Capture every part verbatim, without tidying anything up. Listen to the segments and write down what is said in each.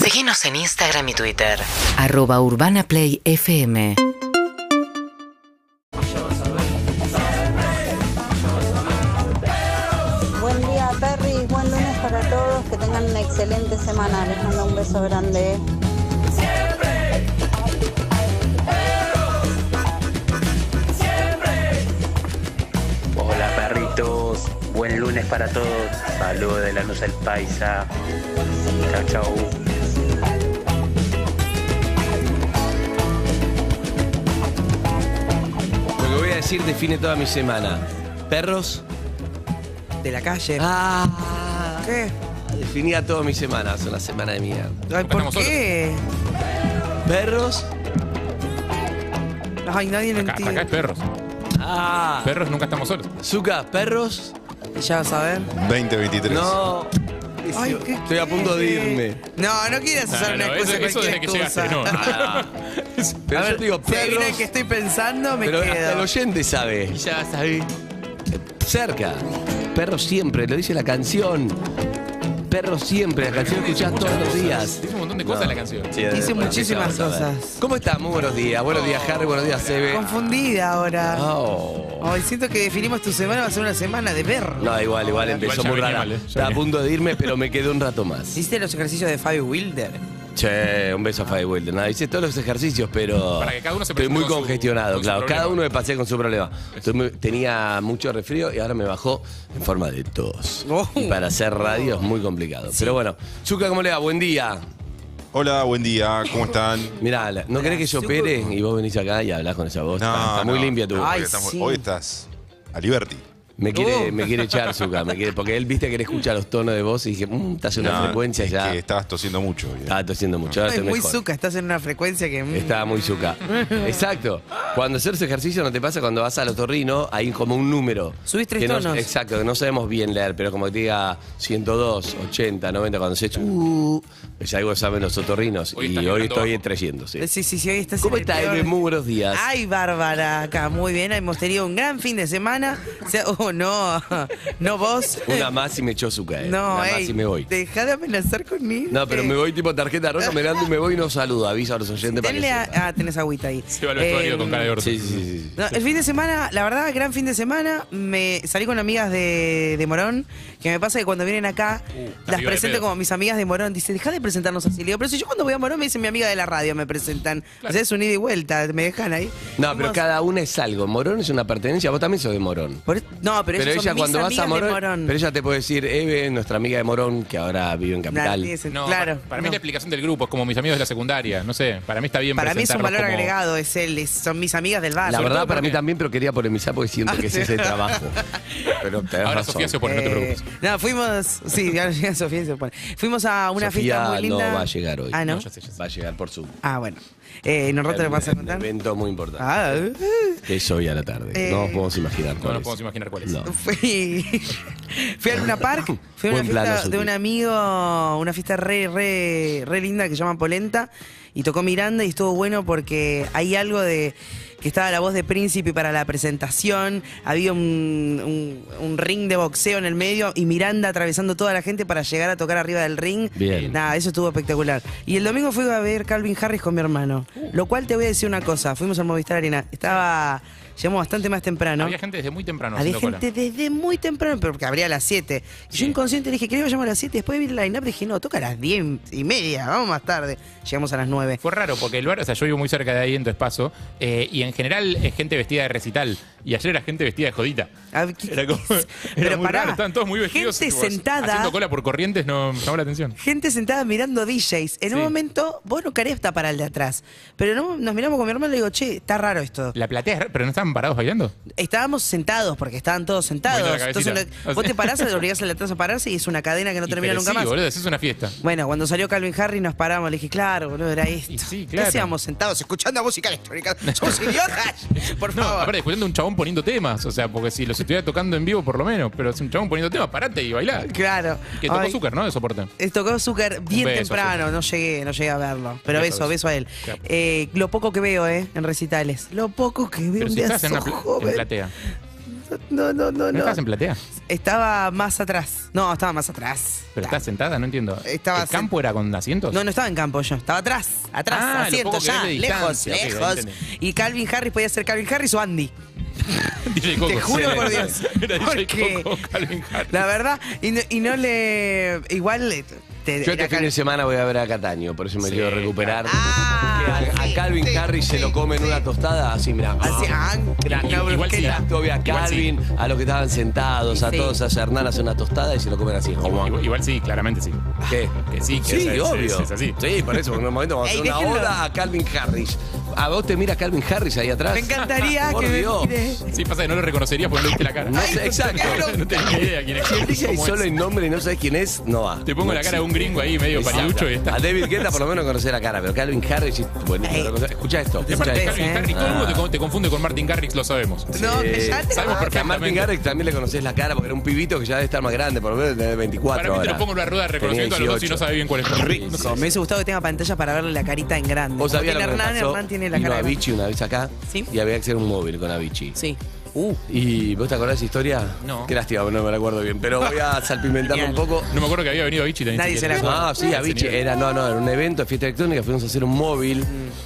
Seguinos en Instagram y Twitter. Arroba Urbana Play F M. Buen día, Perry. Buen lunes para todos. Que tengan una excelente semana. Les mando un beso grande. Hola, perritos. Buen lunes para todos. Saludos de la luz del paisa. Chau, chau. Lo que voy a decir define toda mi semana. Perros. De la calle. Ah. ¿Qué? Definía toda mi semana. Es una semana de mierda. Ay, ¿por qué? Perros. Ay, nadie lo Acá, entiende. acá es perros. Ah. Perros nunca estamos solos. Zucca, perros. Ya vas a ver. veinte veintitrés. No. Ay, ¿qué Estoy a punto de irme. No, no quieras usar No, una no, excusa eso, eso desde que excusa. llegaste, no. Ah. Pero A ver, yo digo si adivina perros. el que estoy pensando, me Pero hasta el quedo. oyente sabe. Ya sabés. Cerca. Perros siempre, lo dice la canción. Perros siempre, la canción que escuchás todos los días. Dice un montón de cosas la canción. Dice muchísimas vamos a ver. cosas. ¿Cómo estás? Muy buenos días. Buenos días, Harry. Buenos días, Sebe. Confundida ahora. Oh. Ay, siento que definimos tu semana, va a ser una semana de ver. No, igual, igual empezó Igual ya muy venía rara. mal, ¿eh? Ya Estaba a venía. punto de irme, pero me quedé un rato más. ¿Hiciste los ejercicios de Fabio Wilder? Che, un beso a Fabi Wilder. Nada, hice todos los ejercicios, pero Para que cada uno se estoy presente muy con su- congestionado, con su claro. problema. Cada uno me pasea con su problema. Estoy muy- tenía mucho resfrío y ahora me bajó en forma de tos. Oh. Y para hacer radio es muy complicado. Pero bueno, Zucca, ¿cómo le va? Buen día. Hola, buen día, ¿cómo están? Mirá, la- ¿no querés que yo opere y vos venís acá y hablás con esa voz? No, está está muy no. limpia tu voz. Ay, Hoy, estamos- sí. hoy estás a Liberty. Me quiere, Uh. me quiere echar, Zucca, me quiere, porque él, viste, que él escucha los tonos de voz y dije, mmm, estás en una No, frecuencia es ya. que estabas tosiendo mucho. hoy, ¿eh? Estaba tosiendo mucho, ahora Ay, estoy muy mejor. zuca, estás en una frecuencia que. mm. Estaba muy Zucca. Exacto. Cuando haces ejercicio no te pasa cuando vas al otorrino, hay como un número. Subís tres que no- tonos. exacto, que no sabemos bien leer, pero como que te diga ciento dos, ochenta, noventa, cuando se echa, uh, es algo que saben los otorrinos. Hoy y estás hoy vibrando estoy bajo. en trescientos. Sí. Sí, sí, sí, hoy estás ¿Cómo en el está, peor- Eve? Muy buenos días. Ay, Bárbara, acá, muy bien, hemos tenido un gran fin de semana. O sea, oh, no, no vos. Una más y me echó Zucca, eh. No, Una más ey, y me voy. Deja de amenazar conmigo. No, pero me voy tipo tarjeta roja, me levanto y me voy y no saludo. Aviso a los oyentes para que Tenle a- sepan. ah, tenés agüita ahí. Se va al vestuario Eh, con cara de orto. Sí, sí, sí, sí. No, el fin de semana, la verdad, gran fin de semana. Me salí con amigas de, de Morón, que me pasa que cuando vienen acá, las viva de presento pedo. como mis amigas de Morón. Dice, deja de presentarnos así. Le digo, pero si yo cuando voy a Morón me dicen mi amiga de la radio, me presentan. O sea, es un ida y vuelta, me dejan ahí. No, pero Fuimos- cada una es algo. Morón es una pertenencia. Vos también sos de Morón. por- no, pero, Pero ellas ella son cuando mis vas a amigas de Morón, Morón. pero ella te puede decir, Eve, nuestra amiga de Morón, que ahora vive en Nah, Capital. tiene sentido. No, claro. para, para mí no. la explicación del grupo es como mis amigos de la secundaria. No sé, para mí está bien Para mí es un presentarnos valor como- agregado, es él, es- son mis amigas del barrio. La verdad, todo para mí porque- también, pero quería polemizar porque siento que es ese trabajo. Pero tenés Ahora razón. Sofía se opone, no te preocupes. Eh, no, fuimos. Sí, ahora llega Sofía y se opone. Fuimos a una Sofía fiesta muy linda. no va a llegar hoy. Ah, ¿no? No, ya sé, ya sé. Va a llegar por Zoom. Ah, bueno. Eh, ¿En un rato le vas a Un contar? evento muy importante. Ah, uh, Que es hoy a la tarde. Eh, no nos podemos imaginar No cuál nos es. podemos imaginar cuál es. No. fui, fui a Luna Park, fui a una Buen plano, fiesta Sofi. de un amigo, una fiesta re, re, re linda que se llama Polenta, y tocó Miranda y estuvo bueno porque hay algo de que estaba la voz de Príncipe para la presentación, había un, un- un ring de boxeo en el medio y Miranda atravesando toda la gente para llegar a tocar arriba del ring. Bien. Nada, eso estuvo espectacular. Y el domingo fui a ver Calvin Harris con mi hermano, lo cual te voy a decir una cosa, fuimos al Movistar Arena, estaba, llegamos bastante más temprano. Había gente desde muy temprano Había haciendo gente cola. desde muy temprano, pero porque abría a las siete. Y yo Sí. inconsciente le dije, ¿querés que vayamos a las siete? Después vi el line-up y dije, no, toca a las diez y media, vamos más tarde. Llegamos a las nueve. Fue raro porque el bar, o sea, yo vivo muy cerca de ahí en tu espacio, eh, y en general es gente vestida de recital. Y ayer era gente vestida de jodita. Ah, ¿qué- Era como. qué Era es? Pero muy pará, raro, estaban todos muy vestidos. gente tipo, sentada. Haciendo cola por corrientes no me llamó la atención. Gente sentada mirando D Js. En un Sí. momento, vos no querés tapar al de atrás. Pero no, nos miramos con mi hermano y le digo, che, está raro esto. La platea es rara, pero no estaban parados bailando. Estábamos sentados, porque estaban todos sentados. Moviendo la Entonces, cabecita. no- vos te parás, le obligás al de atrás a pararse y es una cadena que no Y termina pero nunca sí, más. boludo, eso es una fiesta. Bueno, cuando salió Calvin Harris nos paramos, le dije, claro, boludo, era esto. Y sí, ¿Qué claro. hacíamos sentados escuchando música electrónica? ¡Somos idiotas! Por No, favor. aparte, escuchando un chabón poniendo temas. O sea, porque si los estuviera tocando en vivo, por lo menos. Pero es un chabón poniendo temas, parate y bailá. Claro. Que tocó Ay, Zucker, ¿no? De soporte. eh, Tocó Zucker bien beso, temprano, Zucker. no llegué, no llegué a verlo. Pero beso, Beso, beso, beso. a él. Claro. Eh, lo poco que veo, ¿eh? En recitales. Lo poco que veo Pero un si día estás en una pla- en joven. platea. no, no, no. ¿No no. estás en platea? Estaba más atrás. No, estaba más atrás. ¿Pero estás sentada? No entiendo. Estaba ¿El campo era con asientos? No, no estaba en campo yo. Estaba atrás. Atrás, Ah, lo asiento, poco que ya. ves de Lejos, distancia, ok, ahí lejos. entendí. Y Calvin Harris podía ser Calvin Harris o Andy. D J Coco. Te juro Sí, por era- Dios. Era D J Porque- Coco, Calvin Harris. La verdad. Y no, y no le. Igual. eh, Te, Yo era este fin Cal- de semana voy a ver a Cataño, por eso me Sí, quiero recuperar. Ah, Porque a, a sí, Calvin sí, Harris se sí, lo come en sí. una tostada, así, mira. Así, ah, Crack. una Igual sí, brusqueta. Yo vi a Igual sí. Calvin, a los que estaban sentados, a Sí. todos, a Hernán hace una tostada y se lo comen así. Igual, igual sí, claramente sí. ¿Qué? Que sí, que Sí, es, es- obvio. es así. Sí, por eso, en un momento vamos a Ey, hacer una déjenlo. oda a Calvin Harris. ¿A vos te mira Calvin Harris ahí atrás? Me encantaría Por que me Dios. mire. Sí, pasa que no lo reconocerías porque no le viste la cara. No sé, exacto. No tenés ni idea quién es. Si él dice ahí cómo solo es. el nombre y no sabes quién es, no va. Te pongo No la cara de un existe. gringo ahí medio Exacto. pariducho y está. A David Guetta por lo menos conocer la cara, pero Calvin Harris, bueno, Ey. escucha esto. Y Escucha aparte, esto. Calvin ¿eh? Harris, todo el mundo Ah. te con- te confunde con Martin Garrix, lo sabemos. No, Sí. que ya te Sabemos Que a Martin perfectamente. Garrix también le conoces la cara porque era un pibito que ya debe estar más grande, por lo menos de veinticuatro Para mí te ahora. lo pongo en una rueda de reconocimiento a los dos y no sabe bien cuál es. Rico. No sé. Me hubiese gustado que tenga pantalla para verle la carita en grande. ¿Vos Como sabías lo tiene que me Hernán, pasó? Hernán tiene la Vino cara de- Avicii una vez acá Sí. y había que hacer un móvil con Avicii. Sí. Uh. ¿Y vos te acordás de esa historia? No. Qué lástima, no me la acuerdo bien, pero voy a salpimentarlo un Genial. poco. No me acuerdo que había venido Avicii también. Nadie se la siquiera. acuerda. Ah, sí, Avicii era, no, no, era un evento de fiesta electrónica, fuimos a hacer un móvil.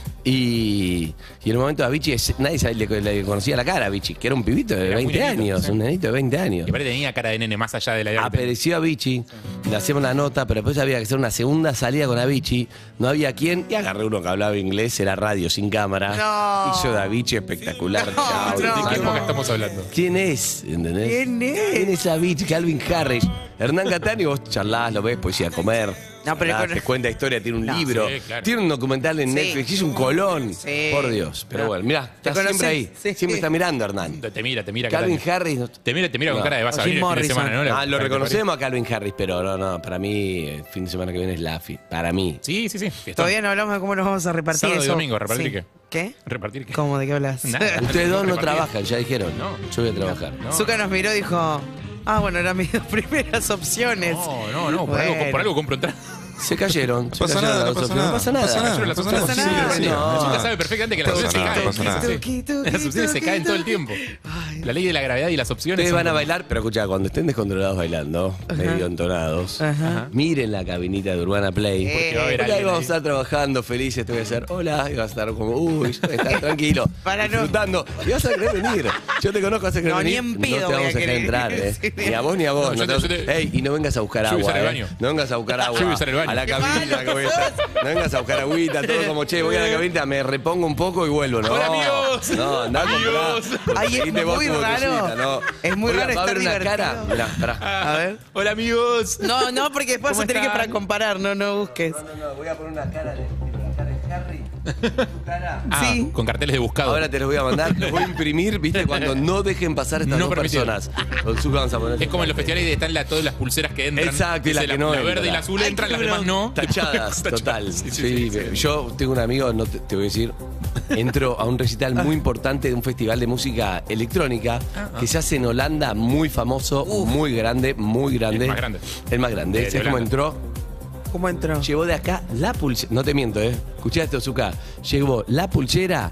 Y, y en un momento Avicii, es- nadie sabe- le, le conocía la cara a Avicii, que era un pibito de Era muy veinte nenito, años, sí. un nenito de veinte años. Y aparte tenía cara de nene más allá de la edad. que tenía. Apareció Avicii, le hacemos la nota, pero después había que hacer una segunda salida con Avicii, no había quién, y agarré uno que hablaba inglés, era radio sin cámara. No. Hizo de Avicii espectacular. No, chao, ¿De no, qué ¿sabes? época estamos hablando? ¿Quién es? ¿Entendés? ¿Quién es? ¿Quién es Avicii? Calvin Harris. Hernán Catani, vos charlás, lo ves, poesía a comer. No, pero Hablás, con- te cuenta historia, tiene un No. libro, Sí, claro. tiene un documental en Sí. Netflix, hizo un colón. Sí. Por Dios. Pero No. bueno, mirá, está ¿Te siempre conocés? ahí. Sí. Siempre está mirando, Hernán. Te mira, te mira. Calvin Catania. Harris. no- Te mira, te mira con No. cara de vas a Jim venir el fin de Morrison. semana, ¿no? Ah, lo ¿Te reconocemos a Calvin Harris, pero no, no, para mí, el fin de semana que viene es la fi. Para mí. parece? Sí, sí, sí. Fiestón. Todavía no hablamos de cómo nos vamos a repartir Sábado y eso. domingo, ¿repartir Sí. qué? ¿Qué? ¿Repartir qué? ¿Cómo? ¿De qué hablas? Nada. Ustedes dos no Repartir. trabajan, ya dijeron. No. Yo voy a trabajar. No. Zucca nos miró y dijo, ah, bueno, eran mis dos primeras opciones. No, no, no. Por, Bueno. algo, por algo compro entrada. Se cayeron. se pasa cayeron nada, las no dos pasa opciones. nada, No pasa nada. no pasa nada, Yo las no opciones pasa sí, nada. sí, No. La chica sabe perfectamente que las No opciones se pasa nada, caen. no pasa nada. Sí, sí. Tuqui, tuqui, Las opciones se tuqui, caen todo el tuqui. tiempo. La ley de la gravedad y las opciones. Ustedes son van a como- bailar, pero escucha, cuando estén descontrolados bailando, medio entonados, Ajá. miren la cabinita de Urbana Play. Porque va a haber Porque ahí alguien vamos a ahí. estar trabajando felices, te voy a hacer hola, y vas a estar como, uy, está tranquilo, Para no- disfrutando. Y vas a querer venir. Yo te conozco, vas a querer No, ni venir. en pedo no te voy a vamos a dejar querer. entrar, ¿eh? Sí. Ni a vos ni a vos. No, No yo te- te- yo te- Ey, y no vengas a buscar Yo voy a agua, usar el ¿eh? baño. No vengas a buscar agua. Yo voy a usar el baño. A la Qué cabinita malo que voy a que estar. No vengas a buscar agüita, todo como, che, voy a la cabinita, me repongo un poco y vuelvo. No, Hola, amigos. No, andá a Amigos. comprar. Ay, es Conseguite vos muy tu raro. botellita, no. Es muy Oiga, raro va a estar haber una divertido. cara. Mirá, pará. A ver. Hola, amigos. No, no, porque después vas ¿Cómo a tener que están? para comparar, no, no busques. No, no, voy a poner una cara de, la cara de Harry. Tu cara. Ah, Sí. con carteles de buscado. Ahora te los voy a mandar, los voy a imprimir, viste, cuando no dejen pasar estas No dos permitido. personas. Con Zucca vamos a poner. Es como en los festivales de están la, todas las pulseras que entran. Exacto, y la Dice que no La verde y entra. la azul Ay, entran, qué las demás no. Tachadas, Tachadas. total. Sí, Sí, sí, sí, sí. Yo tengo un amigo, no te, te voy a decir, entro a un recital muy importante de un festival de música electrónica que se hace en Holanda, muy famoso, muy grande, muy grande. El más grande. El más grande. De- de ¿Sabes cómo Holanda. entró? ¿Cómo entró? Llevó de acá la pulsera. No te miento, ¿eh? Escuchá esto, Zucca. Llevó la pulsera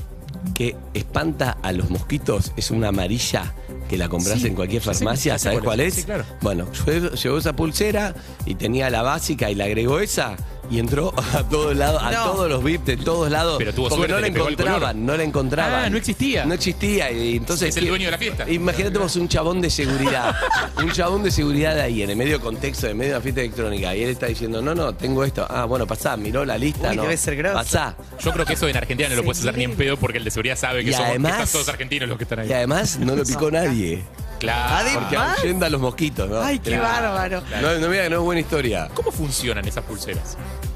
que espanta a los mosquitos. Es una amarilla que la compras Sí, en cualquier ya sé- farmacia. ya sé ¿Sabes cuál cuál es. es? Sí, claro. Bueno, llevó, llevó esa pulsera y tenía la básica y le agregó esa. Y entró a todos lados, a No. todos los V I P de todos lados. Pero tuvo porque suerte, no la le pegó el color. encontraban, no la encontraban. Ah, no existía. No existía. Y entonces, Es el dueño de la fiesta. Imagínate vos un chabón de seguridad. un chabón de seguridad ahí, en el medio contexto, en medio de la fiesta electrónica. Y él está diciendo, no, no, tengo esto. Ah, bueno, pasá, miró la lista. Uy, no. debe ser grosso. Pasá. Yo creo que eso en Argentina no lo puedes hacer ni en pedo porque el de seguridad sabe que Y somos que además- están todos argentinos los que están ahí. Y además no lo picó nadie. Claro. Porque ¿Más? ahuyenda a los mosquitos, ¿no? Ay, qué Claro. bárbaro. No, no mira que no es buena historia. ¿Cómo funcionan esas pulseras?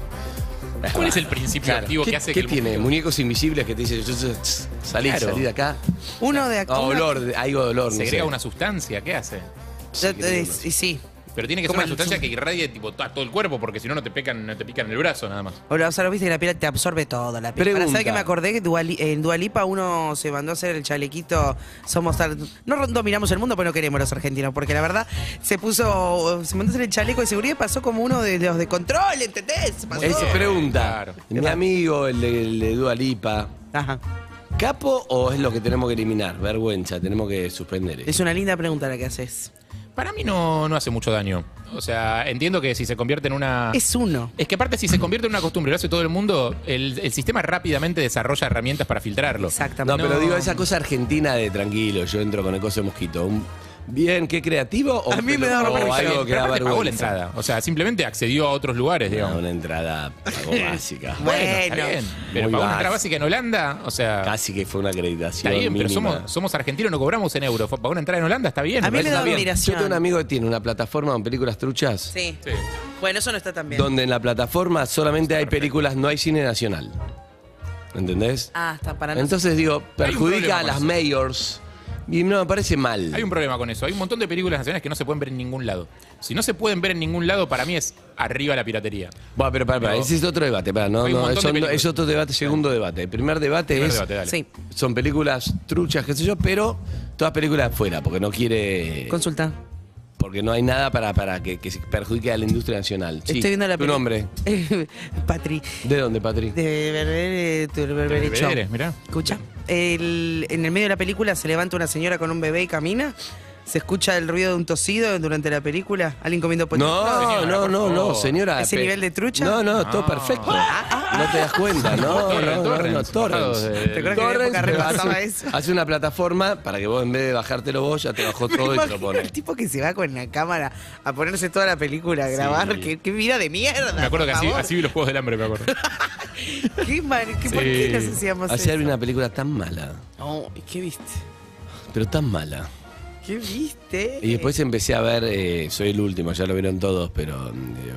¿Cuál es el principio Claro. activo ¿Qué, que hace qué que el tiene? mosquito- Muñecos invisibles que te dicen, yo- yo- tss, salí, Claro. salí de acá. Uno de aquí. Ah, olor, de- algo de olor. no ¿Segrega sé. una sustancia? ¿Qué hace? Yo te- y sí. Pero tiene que ser Como una el sustancia zum- que irradie tipo, a todo el cuerpo porque si no, no te pican, no te pican el brazo nada más. O sea, lo viste que la piel te absorbe todo. La piel. Para Pregunta. saber que me acordé que Dua Li- en Dualipa uno se mandó a hacer el chalequito. Somos tal. No dominamos el mundo, pero no queremos los argentinos. Porque la verdad se puso. Se mandó a hacer el chaleco de seguridad y pasó como uno de los de control, ¿entendés? Pasó. Esa pregunta. Claro. Mi amigo, el de, el de Dua Lipa, Ajá. ¿Capo o es lo que tenemos que eliminar? Vergüenza, tenemos que suspender eso. Es una linda pregunta la que haces. Para mí no, no hace mucho daño. O sea, entiendo que si se convierte en una... Es uno. Es que aparte si se convierte en una costumbre y lo hace todo el mundo, el, el sistema rápidamente desarrolla herramientas para filtrarlo. Exactamente. No, pero digo, esa cosa argentina de tranquilo, yo entro con el coso de mosquito. Un- Bien, ¿qué creativo? O, A mí me da o vergüenza. algo que Pero da aparte pagó la vergüenza. entrada. O sea, simplemente accedió a otros lugares, No, digamos. una entrada algo básica. Bueno, está Bueno. bien. Pero Muy pagó una básico. entrada básica en Holanda, o sea... Casi que fue una acreditación Está bien, pero mínima. somos, somos argentinos, no cobramos en euros. Pagó una entrada en Holanda, está bien. A mí parece me da está bien. admiración. Yo tengo un amigo que tiene una plataforma con películas truchas, Sí. Sí. Bueno, eso no está tan bien. donde en la plataforma solamente hay películas, no hay cine nacional. ¿Entendés? Ah, está para no- Entonces digo, perjudica problema a con las eso. mayors y no me parece mal. Hay un problema con eso. Hay un montón de películas nacionales que no se pueden ver en ningún lado. Si no se pueden ver en ningún lado, para mí es arriba la piratería. Bueno, pero para, para, Pero- ese es otro debate. Para, no, Hay un no, montón son- de películas. es otro debate, segundo debate. El primer debate Primer es, debate, dale. Sí. son películas truchas, qué sé yo, pero todas películas afuera, porque no quiere... Consulta. Porque no hay nada para, para que, que se perjudique a la industria nacional. Sí, Estoy viendo la ¿Tu peli- nombre? Patri. ¿De dónde, Patri? De Berbere, tu Berbere Show. Belvedere, mirá. Escucha. El- en el medio de la película se levanta una señora con un bebé y camina. Se escucha el ruido de un tosido durante la película. Alguien comiendo pochoclo. No, señora, no, por no, no, favor. señora. ¿Ese pe- nivel de trucha? No, no, todo Ah. perfecto. No te das cuenta, no, Torrents, no, no, no, torrents, torrents. bajados de- ¿Te acuerdas que en la época pero repasaba hace, eso? hace una plataforma para que vos en vez de bajártelo vos ya te bajó todo y te lo Imagino pone. el tipo que se va con la cámara a ponerse toda la película, a grabar. ¿Qué, qué vida de mierda. Me acuerdo que por así, favor. así vi los Juegos del Hambre, me acuerdo. ¿Qué mal- qué- ¿Por Sí. qué nos hacíamos Ayer eso? vi una película tan mala, Oh, ¿y ¿Qué viste? pero tan mala. ¿Qué viste? Y después empecé a ver, eh, soy el último, ya lo vieron todos, pero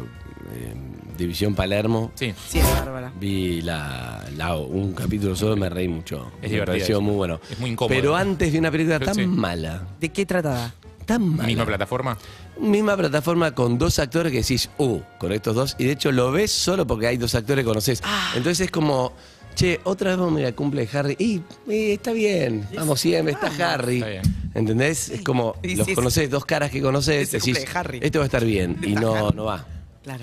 eh, eh, División Palermo. Sí. Sí, es bárbara. Vi la, la- un capítulo solo y me reí mucho. Es me divertida pareció eso. muy bueno. Es muy incómodo. Pero antes vi una película tan Sí. mala, ¿De qué trataba? tan mala. Misma plataforma. Misma plataforma con dos actores que decís, uh, con estos dos. Y de hecho lo ves solo porque hay dos actores que conoces. Ah. Entonces es como, che, otra vez vamos a ir al cumple de Harry. Y eh, está bien, vamos siempre, está Harry. Está bien. ¿Entendés? Es como, Y los sí, es- conocés, dos caras que conocés, es el decís, cumple de Harry. esto va a estar bien. Y Está no, Harry. no va. Claro.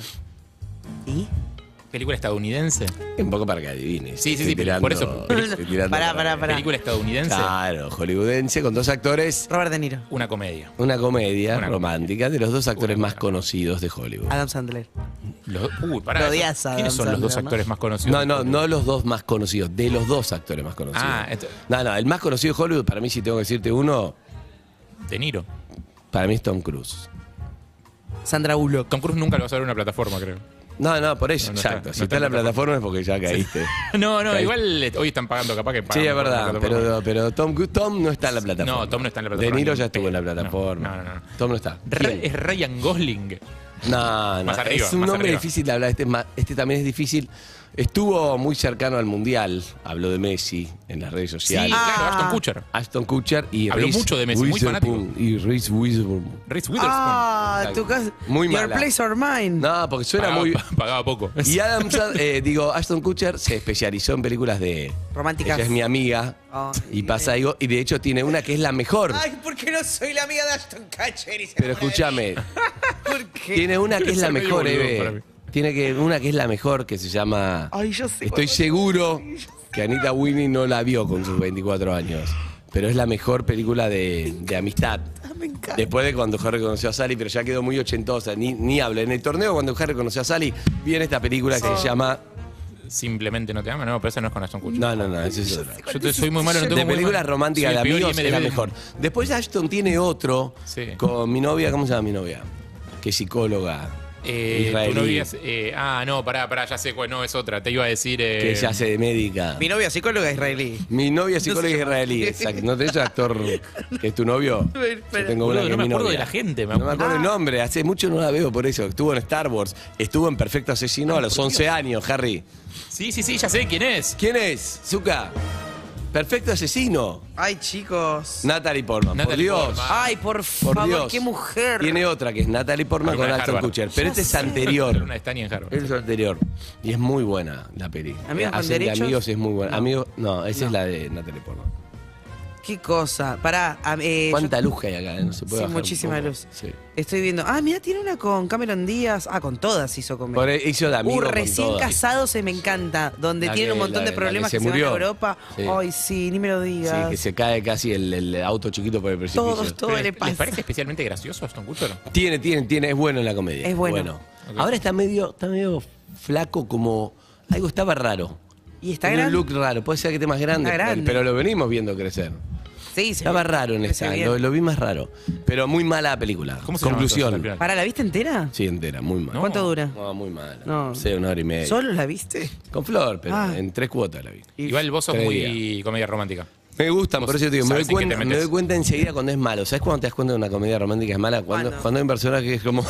¿Y? Película estadounidense. Un poco para que adivines. Sí, sí, Estoy sí, pero por eso- estoy tirando Pará, para- pará, pará. Película estadounidense. Claro, hollywoodense con dos actores. Robert De Niro. Una comedia. Una comedia Una romántica de los dos actores Una más comedia. conocidos de Hollywood. Adam Sandler. Los, uy, pará. Lo eso- odias a ¿Quiénes son Adam los dos Sandler, actores ¿no? más conocidos? No, de no, Hollywood? no los dos más conocidos, de los dos actores más conocidos. Ah, esto- No, no, el más conocido de Hollywood, para mí, si tengo que decirte uno, De Niro. para mí es Tom Cruise. Sandra Bullock. Tom Cruise nunca lo vas a ver en una plataforma, creo. No, no, por eso, No, no está, exacto. no si está está en la en plataforma es porque ya caíste. No, no, Caíste. igual eh, hoy están pagando, capaz que Sí, pagan es por una verdad, plataforma. pero, pero Tom, Cruise- Tom no está en la plataforma. No, Tom no está en la De plataforma. Niro ni ya en estuvo en la pedo. plataforma. No, no, no. Tom no está. Ra- ¿Quién? es Ryan Gosling. No, no, Más arriba, es un más nombre arriba. difícil de hablar. Este, es más- este también es difícil. Estuvo muy cercano al Mundial. Habló de Messi en las redes Sí, sociales. claro, Ashton Kutcher. Ashton Kutcher y Habló Reese mucho de Messi, muy Witherspoon. fanático. Y Reese Witherspoon. Reese Witherspoon. Ah, Exacto. tu casa. Muy Your mala. place or mine. No, porque suena pagaba, muy... pagaba poco. Y Adam Sand- eh, digo, Ashton Kutcher se especializó en películas de... Románticas. Ella es mi amiga. Ay, y pasa algo. Y de hecho tiene una que es la mejor. Ay, ¿por qué no soy la amiga de Ashton Kutcher? Y se Pero enamora de escúchame. mí? ¿Por qué? Tiene una que es la Ser medio mejor, boludo para Eve. mí. Tiene que una que es la mejor que se llama... Ay, yo sé. Estoy cuál- seguro que Anita Winnie no la vio con sus veinticuatro años. Pero es la mejor película de, de amistad. Ah, me encanta. Después de cuando Harry conoció a Sally, pero ya quedó muy ochentosa. Ni, ni habla. En el torneo, cuando Harry conoció a Sally, viene esta película que se llama... Simplemente no te ama. No, pero esa no es con Ashton Kutcher. No, no, no, esa es otra. Yo te- soy muy malo, no tengo De muy películas mal- románticas soy de el peor amigos I M D es la B. mejor. Después Ashton tiene otro Sí. con mi novia, ¿cómo se llama mi novia? Que es psicóloga. Eh, israelí, tu novia es- eh, ah, no, pará, pará, ya sé cuál, no, es otra. Te iba a decir. Eh, que ella hace de médica. Mi novia psicóloga israelí. Mi novia es psicóloga No sé israelí, cómo. exacto. ¿No tenés un actor que es tu novio? Yo tengo una Boludo, que no es me mi acuerdo novia. de la gente, me No me acuerdo el nombre, hace mucho no la veo por eso. Estuvo en Star Wars, estuvo en Perfecto Asesino a los once años, Harry. Sí, sí, sí, ya sé quién es. ¿Quién es? Zuka. Perfecto Asesino. Ay, chicos. Natalie Portman, por Natalie Dios. Portman. Ay, por Por favor, Dios. qué mujer. Tiene otra que es Natalie Portman Hay con una de Ashton Harvard. Kutcher, pero este es Era anterior. una de Stani en Harvard. Es anterior. Y es muy buena la peli. ¿Amigos con Hacen de derechos? amigos es muy buena. No. Amigos, no, esa No. es la de Natalie Portman. Qué cosa. Pará. a- eh, yo- ¿Cuánta luz que hay acá? No se puede Sí, bajar un muchísima poco? luz. Sí. Estoy viendo. Ah, mira, tiene una con Cameron Díaz. Ah, con todas hizo comedia. Por ahí hizo de amigo Uh, con recién todas. casados se me encanta. Donde La tiene que- un montón la- de la problemas que que se se, van murió. a Europa. Sí. Ay, sí, ni me lo Sí, digas. que se cae casi el, el auto chiquito por el precipicio. Todos, todo Pero, le ¿Les pasa. parece especialmente gracioso Aston Kutcher? Tiene, tiene, tiene, es bueno en la comedia. Es bueno. Ok. Ahora está medio, está medio flaco, como algo estaba raro. Y está Tiene un grande. look raro, puede ser que esté más grande, Está grande. pero lo venimos viendo crecer. Sí, se Estaba ve- raro en se esta, ve bien. lo, lo vi más raro. Pero muy mala la película. ¿Cómo se llama Conclusión. entonces, al final? ¿Para la viste entera? Sí, entera, muy mala. No. ¿Cuánto dura? No, muy mala. No. Sí, una hora y media. ¿Solo la viste? Con Flor, pero Ah. en tres cuotas la vi. Igual vos sos Tres muy días. comedia romántica. Me gustan, Vos por eso te digo, me doy, sabés en qué te cuenta, me metes. doy cuenta enseguida cuando es malo. ¿Sabes cuando te das cuenta de una comedia romántica es mala? Cuando, ¿Cuándo? cuando hay un personaje que es como.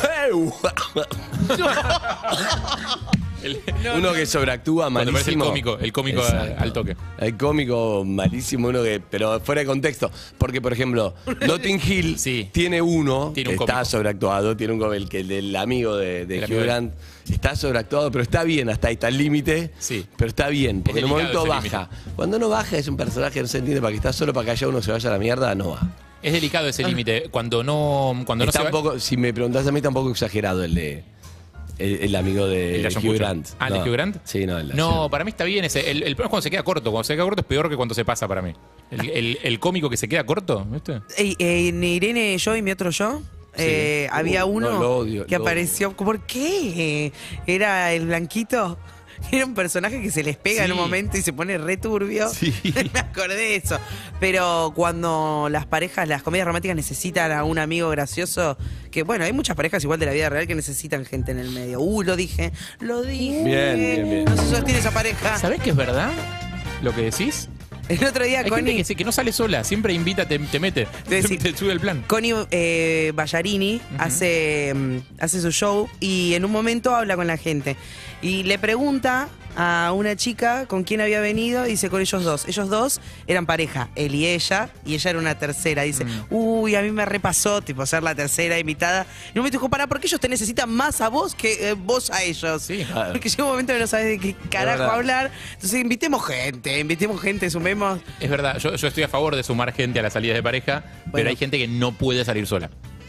El- Uno que sobreactúa Cuando malísimo. parece el cómico, el cómico Exacto. al toque. El cómico malísimo, uno que, pero fuera de contexto. Porque, por ejemplo, Notting Hill Sí. tiene uno Tiene un que está cómico. sobreactuado, tiene un cómico, el que el del amigo de, de El Hugh amigo de- Grant. Está sobreactuado, pero está bien, hasta ahí está el límite. Sí. Pero está bien, porque en un delicado momento ese baja. Cuando no baja es un personaje que no se entiende para que está solo para que haya uno se vaya a la mierda, no va. Es delicado ese límite. Cuando no, cuando no Está se un va- poco, si me preguntás a mí, está un poco exagerado el de. El, el amigo de, ¿El de Ashton Hugh Kutcher? Grant. Ah, ¿el de No. Hugh Grant? Sí, no, el de No, Ashton. para mí está bien ese. El, el problema es cuando se queda corto. Cuando se queda corto es peor que cuando se pasa para mí. El, el- el cómico que se queda corto, ¿viste? Ey, eh, en Irene, yo y mi otro yo. eh, Uh, había no, uno lo odio, que lo apareció. ¿Por qué? Era el blanquito. Era un personaje que se les pega Sí. en un momento y se pone re turbio. Sí. Me acordé de eso. Pero cuando las parejas, las comedias románticas necesitan a un amigo gracioso, que bueno, hay muchas parejas igual de la vida real que necesitan gente en el medio. Uh, lo dije, lo dije. Bien, bien, bien. No se sostiene esa pareja. ¿Sabés que es verdad lo que decís? El otro día Hay gente Connie, que, se- que no sale sola, siempre invita, te, te mete, Te decís- te sube el plan. Connie eh, Ballarini hace, mm, hace su show y en un momento habla con la gente. Y le pregunta a una chica con quién había venido y dice con ellos dos. Ellos dos eran pareja, él y ella, y ella era una tercera. Dice, uy, a mí me repasó, tipo, ser la tercera invitada. Y en un momento dijo, pará, porque ellos te necesitan más a vos que eh, vos a ellos. Sí. Claro. Porque llega un momento que no sabes de qué carajo verdad. hablar. Entonces invitemos gente, invitemos gente, sumemos. Es verdad, yo, yo estoy a favor de sumar gente a las salidas de pareja, pero Bueno. hay gente que no puede salir sola.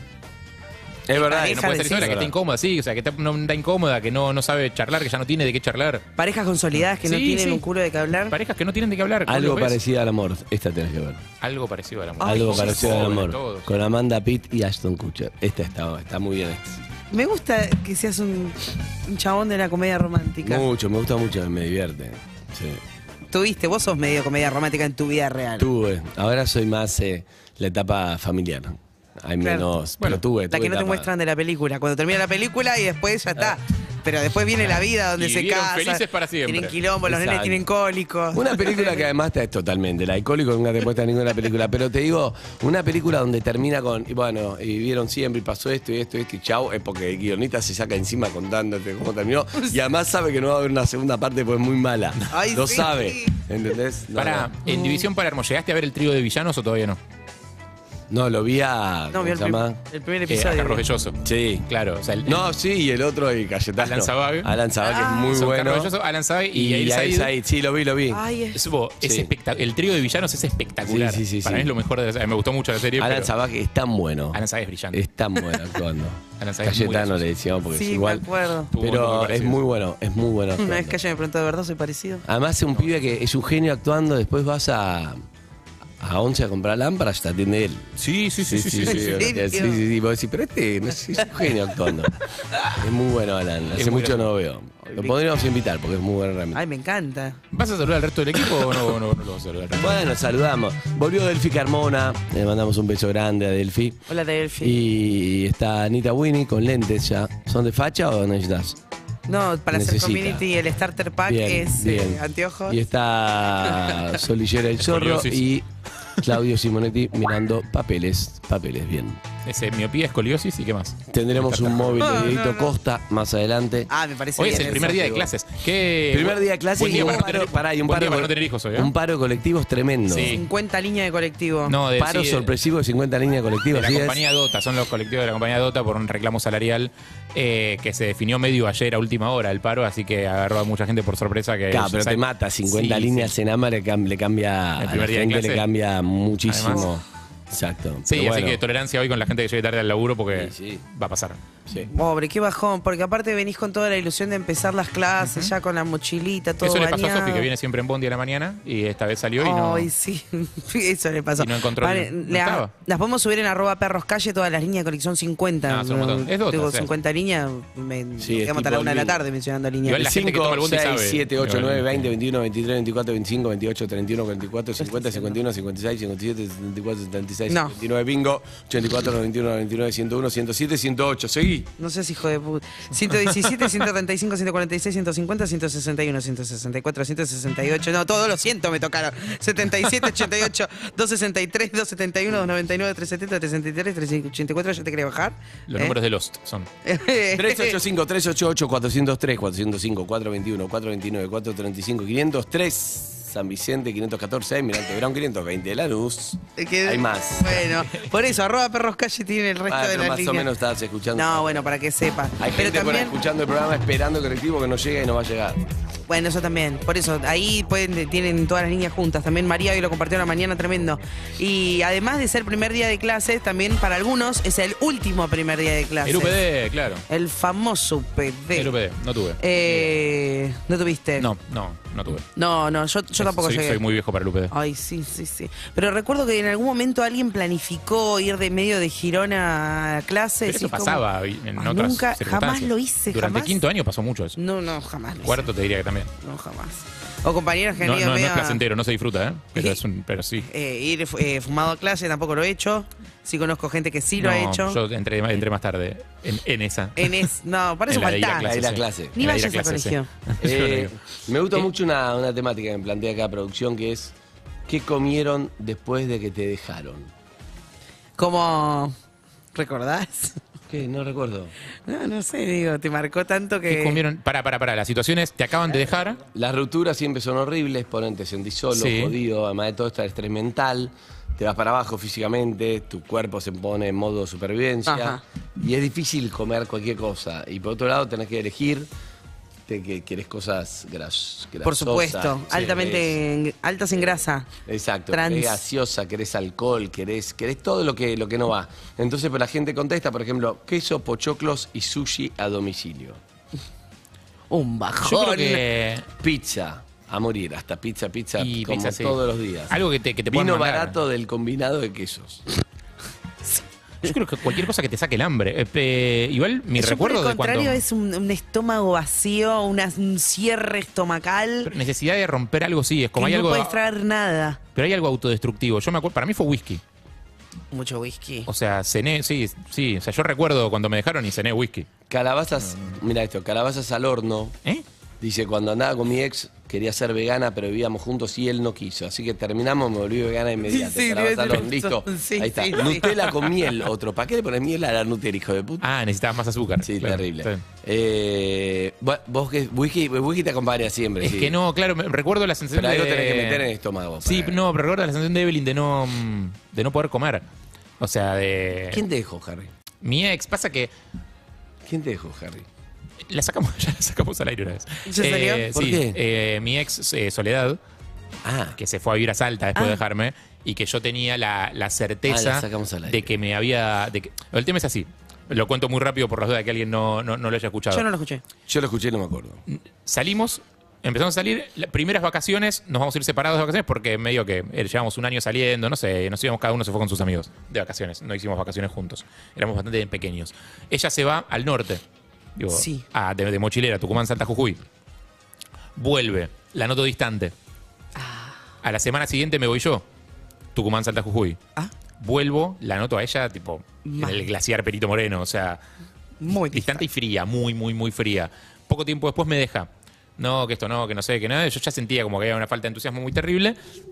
Es verdad. Que no puede salir sola, que está incómoda, sí, o sea, que está, no, está incómoda, que no, no sabe charlar, que ya no tiene de qué charlar. Parejas consolidadas que no Sí, tienen sí. un culo de qué hablar. Parejas que no tienen de qué hablar. ¿cómo Algo los ves? parecido al amor. Esta tenés que ver. Algo parecido al amor. Ay, Algo sí, parecido al jóvenes amor. todos. Con Amanda Pitt y Ashton Kutcher. Esta está, está muy bien. Esta. Me gusta que seas un, un chabón de la comedia romántica. Mucho, me gusta mucho, me divierte. Sí. Tuviste, vos sos medio comedia romántica en tu vida real. Tuve. Ahora soy más eh, la etapa familiar. Hay Claro. menos. Bueno, pero tuve. La tuve que no te etapa. muestran de la película. Cuando termina la película y después ya está. Pero después viene la vida donde Y se vivieron casan. felices para siempre. Tienen quilombo, los nenes Exacto. tienen cólicos. Una película que además te es totalmente. El alcohólico nunca te muestra ninguna película. Pero te digo, una película donde termina con. Y bueno, y vivieron siempre y pasó esto y esto y esto y chau. Es porque el guionista se saca encima contándote cómo terminó. Y además sabe que no va a haber una segunda parte porque es muy mala. Ay, Lo sí. sabe. ¿Entendés? No, Para, no. en División Palermo, ¿llegaste a ver el trío de villanos o todavía no? No, lo vi a. No, ¿Cómo vio el, se prim- llama? el primer Eh, a episodio. Carlos Belloso. Sí. Claro, o sea, el, No, sí, y el otro, el Cayetano. Alan Zabag. Alan Zabag, que Ah. es muy son bueno. Carlos Belloso, Alan Zabag y, Y Yair Yair Said. Said, sí, lo vi, lo vi. Ay, es- Es, bo- es Sí. espectac- el trío de villanos es espectacular. Sí, sí, sí, Para sí. mí es lo mejor de la serie. Me gustó mucho la serie. Alan pero Zabag es tan bueno. Alan Zabag es brillante. Es tan bueno actuando. Alan Zabag es muy Cayetano gracioso. le decíamos porque sí, es me igual. acuerdo. Tuvo muy Pero es parecido. muy bueno, es muy bueno. Una vez actuando. que ella me preguntó, ¿de verdad soy parecido? Además es un pibe que es un genio actuando, después vas a, a Once a comprar lámparas, te atiende él. Sí, sí, sí, sí. sí, ¿En sí. serio? sí, sí, sí, vos decís, pero este no es, es un genio actuando. Es muy bueno, Alan. Hace Es muy mucho no lo veo. Lo podríamos invitar porque es muy bueno realmente. Ay, me encanta. ¿Vas a saludar al resto del equipo o no, no, no lo vas a saludar? Bueno, saludamos. Volvió Delphi Carmona, le mandamos un beso grande a Delphi. Hola, Delphi. Y está Anita Winnie con lentes ya. ¿Son de facha o necesitas? No, para hacer Necesita. community el starter pack Bien, es bien. eh, anteojos. Y está Solillera el Zorro Escoliosis. y Claudio Simonetti mirando papeles. Papeles, bien. Ese, miopía, escoliosis y qué más. Tendremos un móvil No, de no, Dieguito no. Costa más adelante. Ah, me parece Hoy bien es el eso. primer día de clases. ¿Qué, Primer día de clase buen y día un para no paro, tener- pará, y un buen paro, día para no tener hijos hoy, ¿eh? un paro de colectivos tremendo. Sí. cincuenta líneas de colectivo. No, de, Paro sí, de- sorpresivo de cincuenta líneas de colectivas. la ¿sí es? compañía Dota, son los colectivos de la compañía Dota por un reclamo salarial eh, que se definió medio ayer a última hora el paro, así que agarró a mucha gente por sorpresa. que Claro, pero sabe- te mata. cincuenta Sí, líneas sí. en AMA le, cam- le cambia. El A primer la día de gente le clase. cambia muchísimo. Además. Exacto. Sí, Pero así bueno, que tolerancia hoy con la gente que llegue tarde al laburo porque Sí, sí. va a pasar. sí. Pobre, qué bajón, porque aparte venís con toda la ilusión de empezar las clases, ya con la mochilita, todo Eso le pasó a bañado. Sofi, que viene siempre en Bondi a la mañana y esta vez salió y no. Ay, sí, eso le pasó. Y no encontró Vale, el- no le- estaba. las podemos subir en arroba perros calle, todas las líneas de colección cincuenta. No, son un montón. Es Dota, Digo, o sea. cincuenta líneas, me Sí, es quedamos hasta tipo la una de la el- tarde mencionando líneas. Igual la gente que toma el Bondi seis, sabe. siete, ocho, nueve, Igual. veinte, veintiuno, veintitrés, veinticuatro, veinticinco, veintiocho, treinta y uno, cuarenta y cuatro, cincuenta, cincuenta y uno, cincuenta y seis, cincuenta y siete, setenta y cuatro, setenta y seis, No. setenta y nueve, bingo, ochenta y cuatro, noventa y uno, noventa y nueve, ciento uno, ciento siete, ciento ocho. Seguí. No seas hijo de puta. ciento diecisiete, ciento treinta y cinco, ciento cuarenta y seis, ciento cincuenta, ciento sesenta y uno, ciento sesenta y cuatro, ciento sesenta y ocho. No, todos los ciento me tocaron. setenta y siete, ochenta y ocho, doscientos sesenta y tres, doscientos setenta y uno, doscientos noventa y nueve, trescientos setenta, trescientos sesenta y tres, trescientos ochenta y cuatro. ¿Ya te quería bajar? Los ¿Eh? números de Lost son. tres ocho cinco, tres ocho ocho, cuatro cero tres, cuatro cero cinco, cuatro dos uno, cuatro dos nueve, cuatro tres cinco, quinientos tres. San Vicente, quinientos catorce, Mirante Brown, quinientos veinte, Lanús. Que- Hay más. Bueno, por eso, arroba perros calle tiene el resto Ah, de pero las más líneas. o menos estabas escuchando. No, bueno, para que sepa. Hay Pero gente por ahí también, escuchando el programa esperando colectivo que no llega y no va a llegar. bueno, eso también. Por eso, ahí pueden, tienen todas las líneas juntas. También María hoy lo compartió en la mañana, tremendo. Y además de ser primer día de clases, también para algunos es el último primer día de clases. El U P D, claro. El famoso U P D. El U P D, no tuve. Eh, ¿No tuviste? No, no, no tuve. No, no, yo, yo tampoco soy, llegué. soy muy viejo para el U P D. Ay, sí, sí, sí. Pero recuerdo que en algún momento alguien planificó ir de medio de Girona a clases. Pero eso y como- pasaba en Ay, otras nunca, circunstancias. jamás lo hice, Durante jamás. quinto año pasó mucho eso. No, no, jamás lo hice. Cuarto te diría que también. No, jamás. O compañeros que han No, ido no, no medio es a- placentero, no se disfruta, ¿eh? Pero, es un, pero sí. eh, ir eh, fumado a clase, tampoco lo he hecho. Sí conozco gente que sí lo ha No, hecho. Yo entré, entré más tarde en, en esa. En es, no, para eso En la de ir a faltá. clase, Ahí la sí. clase. Ni En la de ir vayas a al clase, sí. colegio. Yo no Eh, digo. me gusta Eh, mucho una, una temática que me plantea acá producción que es ¿qué comieron después de que te dejaron? Como, ¿recordás? ¿Qué? No recuerdo. No, no sé, digo, te marcó tanto que... ¿Qué comieron? Para, para, para. La situación es, te acaban de dejar. Las rupturas siempre son horribles, ponente, te sentís solo, Sí. jodido, además de todo está el estrés mental, te vas para abajo físicamente, tu cuerpo se pone en modo supervivencia Ajá. y es difícil comer cualquier cosa. Y por otro lado tenés que elegir te- que querés cosas gras, grasosas. Por supuesto, Sí, altamente, en- altas en grasa. Exacto, Trans. querés gaseosa, querés alcohol, querés, querés todo lo que, lo que no va. Entonces pues, la gente contesta, por ejemplo, queso, pochoclos y sushi a domicilio. Un bajón. Yo creo que. Pizza, a morir, hasta pizza, pizza, Y como pizza, sí. todos los días. Algo que te, que te puedan Vino mandar. barato del combinado de quesos. Yo creo que cualquier cosa que te saque el hambre. Eh, eh, igual, mi Yo, recuerdo por el de cuando. contrario, es un, un estómago vacío, una- un cierre estomacal. Pero necesidad de romper algo, sí. Es como que hay no algo. puedes traer nada. Pero hay algo autodestructivo. Yo me acuerdo. Para mí fue whisky. Mucho whisky. O sea, cené, sí, sí. O sea, yo recuerdo cuando me dejaron y cené whisky. Calabazas, mira esto, calabazas al horno. ¿Eh? Dice, cuando andaba con mi ex, quería ser vegana, pero vivíamos juntos y él no quiso. Así que terminamos, me volví vegana inmediato. Sí, sí, Calabaza al debe horno, ser listo. eso. Sí, Ahí está. sí, sí. Nutella con miel, otro. ¿Para qué le pones miel a la Nutella, hijo de puta? Ah, necesitabas más azúcar. Sí, Claro, terrible. está bien. Eh, vos, vos que whisky, whisky te acompaña siempre. Es sí. que no, claro, me- recuerdo la sensación Pero algo de... tenés que meter en el estómago. Sí, para- no, pero recuerdo la sensación de Evelyn de no, mm, de no poder comer. O sea, de... ¿Quién te dejó, Harry? Mi ex, pasa que ¿Quién te dejó, Harry? la sacamos, ya la sacamos al aire una vez. ¿En serio? ¿Por sí, qué? eh, mi ex eh, Soledad, Ah, que se fue a vivir a Salta después Ah. de dejarme, y que yo tenía la, la Ah, certeza la sacamos al aire. de que me había... De que, el tema es así, lo cuento muy rápido por las dudas de que alguien no, no, no lo haya escuchado. Yo no lo escuché. yo lo escuché y no me acuerdo. Salimos, empezamos a salir, las primeras vacaciones, nos vamos a ir separados de vacaciones porque medio que eh, llevamos un año saliendo, no sé, nos íbamos, cada uno se fue con sus amigos de vacaciones, no hicimos vacaciones juntos, éramos bastante pequeños. Ella se va al norte, digo, Sí. a- de, de mochilera, Tucumán, Salta, Jujuy. Vuelve, la noto distante. A la semana siguiente me voy yo, Tucumán, Salta, Jujuy. Ah. Vuelvo, la noto a ella, tipo, Mal. en el glaciar Perito Moreno, o sea, Muy distante y fría, muy, muy, muy fría. Poco tiempo después me deja. No, que esto no, que no sé, que nada. Yo ya sentía como que había una falta de entusiasmo muy terrible.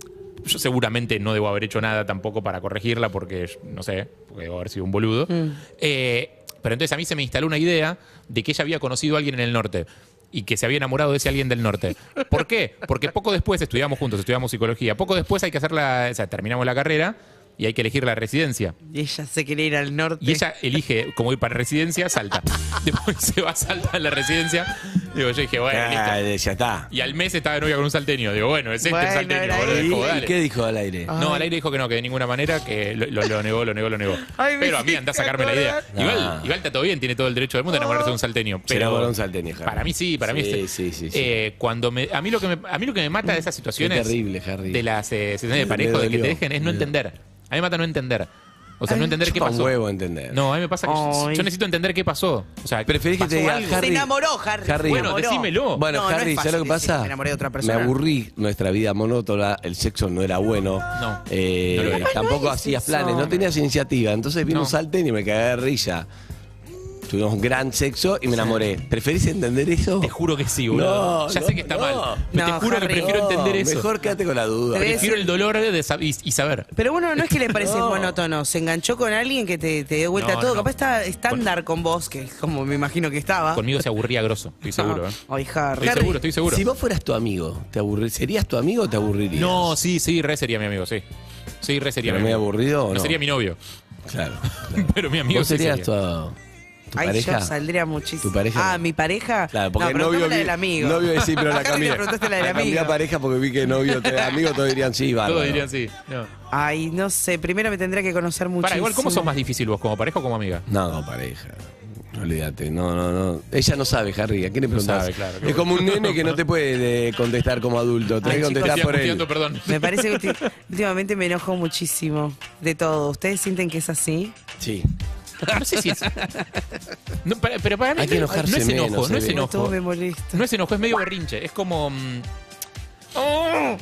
Yo seguramente no debo haber hecho nada tampoco para corregirla porque, no sé, porque debo haber sido un boludo. Mm. Eh, pero entonces a mí se me instaló una idea de que ella había conocido a alguien en el norte y que se había enamorado de ese alguien del norte. ¿Por qué? Porque poco después, estudiamos juntos, estudiamos psicología, poco después hay que hacer la, o sea, terminamos la carrera y hay que elegir la residencia. Y ella se quiere ir al norte. Y ella elige, como ir para residencia, Salta. Después se va a Salta en la residencia. Digo, yo dije, bueno, Ah, listo. ya está. Y al mes estaba de novia con un salteño. Digo, bueno, es este Bueno, el salteño. era boludo. ahí. Dijo, ¿Y dale. qué dijo al aire? No, al aire dijo que no, que de ninguna manera, que lo, lo- lo negó, lo negó, lo negó. Ay, me Pero a mí anda a sacarme la idea. No. Igual, igual está todo bien, tiene todo el derecho del mundo a enamorarse de un salteño. Se Pero enamoró un salteño, Harry. para mí sí, para mí Sí, es- sí, sí, sí. eh, cuando me, a mí lo que me, a mí lo que me mata de esas situaciones Qué terrible, Harry. de las eh, situaciones de Me pareja de que te dolió. dejen es no Me- entender. A mí me mata no entender. O sea, Ay, no entender qué Chupa un pasó. huevo entender. No, a mí me pasa que yo, Ay. yo necesito entender qué pasó. O sea, ¿Preferís que te pasó diga, algo. Harry? Se enamoró, Harry. Harry. se Bueno, enamoró. decímelo. Bueno, No, no Harry, es ¿sabes lo que fácil decir, pasa? me enamoré de otra Me persona. aburrí, nuestra vida monótona, el sexo no era bueno. No, Eh, no lo era. tampoco No es hacías eso. planes, no tenías iniciativa. Entonces vino No. un salteño y me cagué de risa. Tuvimos un gran sexo y me enamoré. ¿Preferís entender eso? Te juro que sí, boludo. No, ya no, sé que está no. mal. Pero No, te juro Harry. que prefiero No, entender eso. Mejor quédate con la duda. Te ves- Prefiero el dolor de sab- y, y saber. Pero bueno, no es que le parece No. monótono. Se enganchó con alguien que te, te dé vuelta No, a todo. no. Capaz está estándar con vos, que es como me imagino que estaba. Conmigo se aburría grosso, estoy seguro. ¿eh? Ay, Harry. Estoy seguro, estoy seguro. Si vos fueras tu amigo, ¿te aburri- ¿serías tu amigo o te aburrirías? No, sí, sí, re sería mi amigo, sí. Sí, re sería ¿Pero mi muy amigo. aburrido o no? No sería mi novio, Claro. claro. pero mi amigo ¿Vos sí serías sería. tu, tu Ay, pareja? yo saldría muchísimo. ¿Tu pareja? Ah, mi pareja. Claro, porque no, novio preguntame la vi- del amigo. novio sí, pero A la Harry cambié. le preguntaste la del La cambié amigo. a pareja porque vi que novio, te- amigo, todos dirían sí, bárbaro. Todos dirían sí. No. Ay, no sé. Primero me tendría que conocer muchísimo. Para, igual, ¿cómo sos más difícil vos, como pareja o como amiga? No, como pareja. Olvídate, no, no, no. Ella no sabe, Harry. ¿A qué le preguntás? sabe, claro, qué Es como un nene que no te puede eh, contestar como adulto. Tenés Ay, que chicos, contestar Estoy por él. angustiando, perdón. Me parece que ulti- últimamente me enojo muchísimo de todo. ¿Ustedes sienten que es así? Sí. No sé si es. No, para- pero para mí Hay que no- enojarse no es enojo, menos, no es se ve. Todo enojo. me molesta. No es enojo, es medio berrinche. Es como. mm, ¡Oh!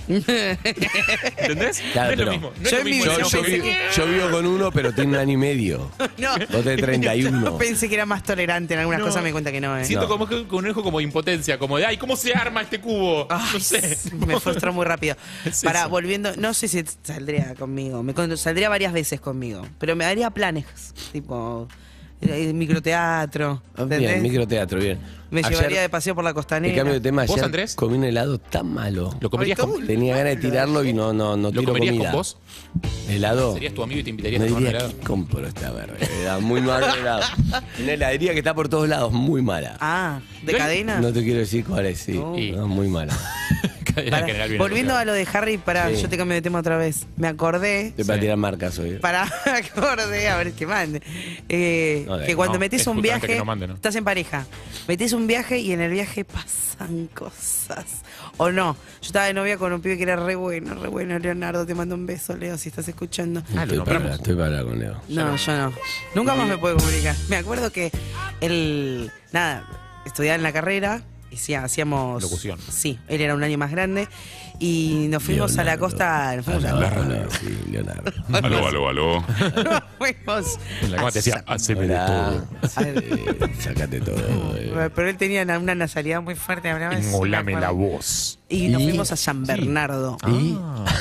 ¿Entendés? Claro, no es pero lo mismo. No es yo lo en mi mismo Yo, el vida yo enojo vi- que- yo vivo con uno, pero tiene un año y medio. No. Vos tenés treinta y uno. Yo pensé que era más tolerante en algunas No. cosas, me di cuenta que no, ¿eh? Siento No. como que con un enojo como de impotencia, como de, ay, ¿cómo se arma este cubo? Ay, no sé. Me frustró muy rápido. Es Para, eso. volviendo, no sé si saldría conmigo. Me con- saldría varias veces conmigo. Pero me daría planes, tipo eh, microteatro. Ah, ¿entendés? bien, microteatro, bien. Me Ayer, llevaría de paseo por la te costanera. cambio de tema. ¿Vos, Ayer Andrés? comí un helado tan malo. ¿Lo comerías, Ay, con, todo- Tenía ganas de tirarlo y no, no, no ¿lo tiro comerías comida. con vos? ¿Helado? ¿Serías tu amigo y te invitarías Me a tomar un diría, helado? ¿qué compro esta verga? Era muy malo el helado. Una heladería que está por todos lados, muy mala. Ah, ¿de Yo- cadena? No te quiero decir cuál es, sí. Oh. No, muy mala. Cadena Pará, general bien volviendo a asociada. lo de Harry, para, Sí. yo te cambio de tema otra vez. Me acordé. Estoy para Sí. tirar marcas hoy. Para, me acordé, a ver qué mande. Eh, No, de- que cuando no, metes es un justamente viaje, que no mande, ¿no? estás en pareja, metes un viaje y en el viaje pasan cosas. O no. Yo estaba de novia con un pibe que era re bueno, re bueno. Leonardo, te mando un beso, Leo, si estás escuchando. Ah, lo Estoy para, nombramos. estoy para hablar con Leo. No, yo no. Nunca más me puedo comunicar. Me acuerdo que él, nada, estudiaba en la carrera, y sí, hacíamos... Locución. Sí, él era un año más grande. Y nos fuimos a la Leonardo. costa... Nos fuimos a Aló, la aló, sí, Leonardo. Aló, aló, aló. Nos fuimos... En la cama te decía, haceme de Hola. todo. Eh, Sácate todo. eh. Pero él tenía una, una nasalidad muy fuerte. hablaba así, Engolame me la acuerdo. voz. Y nos ¿Y? fuimos a San Bernardo. ¿Y?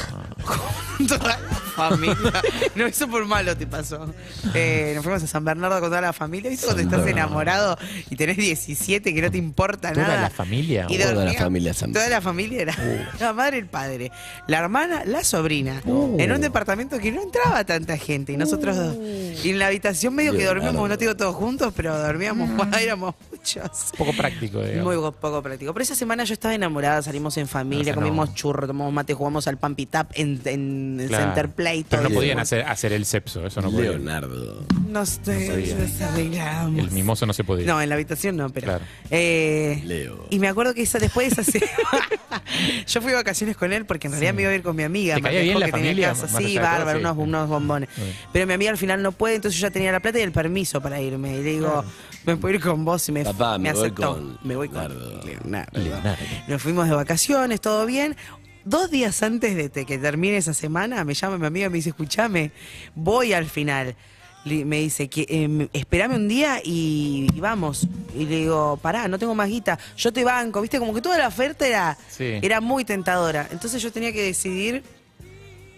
Con toda la familia. No, eso por malo te pasó. Eh, nos fuimos a San Bernardo con toda la familia. ¿Viste cuando San estás Bernardo. enamorado y tenés diecisiete que no te importa ¿Toda nada? la familia? Y Toda la dormía- familia San Toda la familia era la madre, el padre, la hermana, la sobrina. Uh. En un departamento que no entraba tanta gente. Y nosotros dos. Y en la habitación medio que Leonardo. dormíamos, no te digo todos juntos, pero dormíamos, éramos muchos. Poco práctico, digamos. Muy go- poco práctico. Pero esa semana yo estaba enamorada, salimos en familia, O sea, comimos no. churro, tomamos mate, jugamos al Pampi Tap en, en Claro. Center Play. Pero no todo podían eso. hacer, hacer el cepso, eso no podía. Leonardo. No sé, sabía. nos arreglamos. El mimoso no se podía. No, en la habitación no, pero. Claro. Eh, Leo. Y me acuerdo que esa, después de esa semana, yo fui de vacaciones con él porque en realidad me iba a ir con mi amiga. ¿Te me caía dejó bien la que tenía familia, casa. más Sí, allá de todo? bárbaro, Sí. unos, unos bombones. Sí. Pero mi amiga al final no puede, entonces yo ya tenía la plata y el permiso para irme. Y le digo, me puedo ir con vos y me, Papá, me voy aceptó. con me voy con Leonardo. Leonardo. Leonardo. Nos fuimos de vacaciones, todo bien. Dos días antes de te- que termine esa semana, me llama mi amiga y me dice, escúchame, voy al final. Le- Me dice, que eh, espérame un día y, y vamos. Y le digo, pará, no tengo más guita, yo te banco. Viste, como que toda la oferta era, Sí. era muy tentadora. Entonces yo tenía que decidir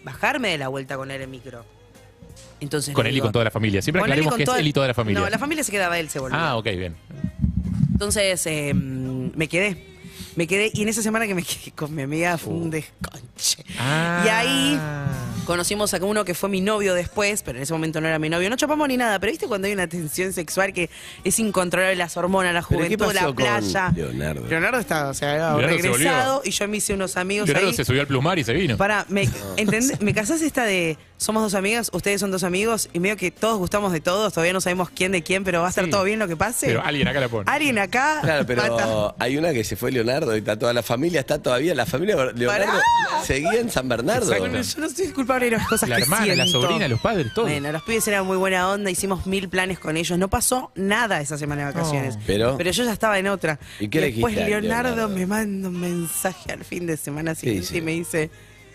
bajarme de la vuelta con él en micro. Entonces Con le él y digo- con toda la familia. Siempre con él y aclaremos con que es toda- él y toda la familia. No, la familia se quedaba, él se volvió. Ah, ok, bien. Entonces eh, me quedé. Me quedé, y en esa semana que me quedé con mi amiga fue un desconche. Ah. Y ahí conocimos a uno que fue mi novio después, pero en ese momento no era mi novio. No chapamos ni nada, pero viste cuando hay una tensión sexual que es incontrolable, las hormonas, la ¿Pero qué juventud, pasó la con playa. Leonardo? Leonardo está, o sea, había Leonardo se regresado y yo me hice unos amigos Leonardo ahí. se subió al plumar y se vino. Para, me, ¿entendés? ¿Me casás esta de somos dos amigas, ustedes son dos amigos y medio que todos gustamos de todos, todavía no sabemos quién de quién, pero va a estar Sí. todo bien lo que pase? Pero alguien acá la pone. Alguien acá. Claro, pero mata. hay una que se fue Leonardo y está toda la familia, está todavía, la familia de Leonardo Pará. seguía en San Bernardo. Exacto. Bueno, yo no soy culpable de las cosas La que hermana, la siento. sobrina, los padres, todo. Bueno, los pibes eran muy buena onda, hicimos mil planes con ellos. No pasó nada esa semana de vacaciones. Oh. Pero- Pero yo ya estaba en otra. ¿Y qué le después dijiste a Leonardo, Leonardo? me manda un mensaje al fin de semana siguiente dice? y me dice: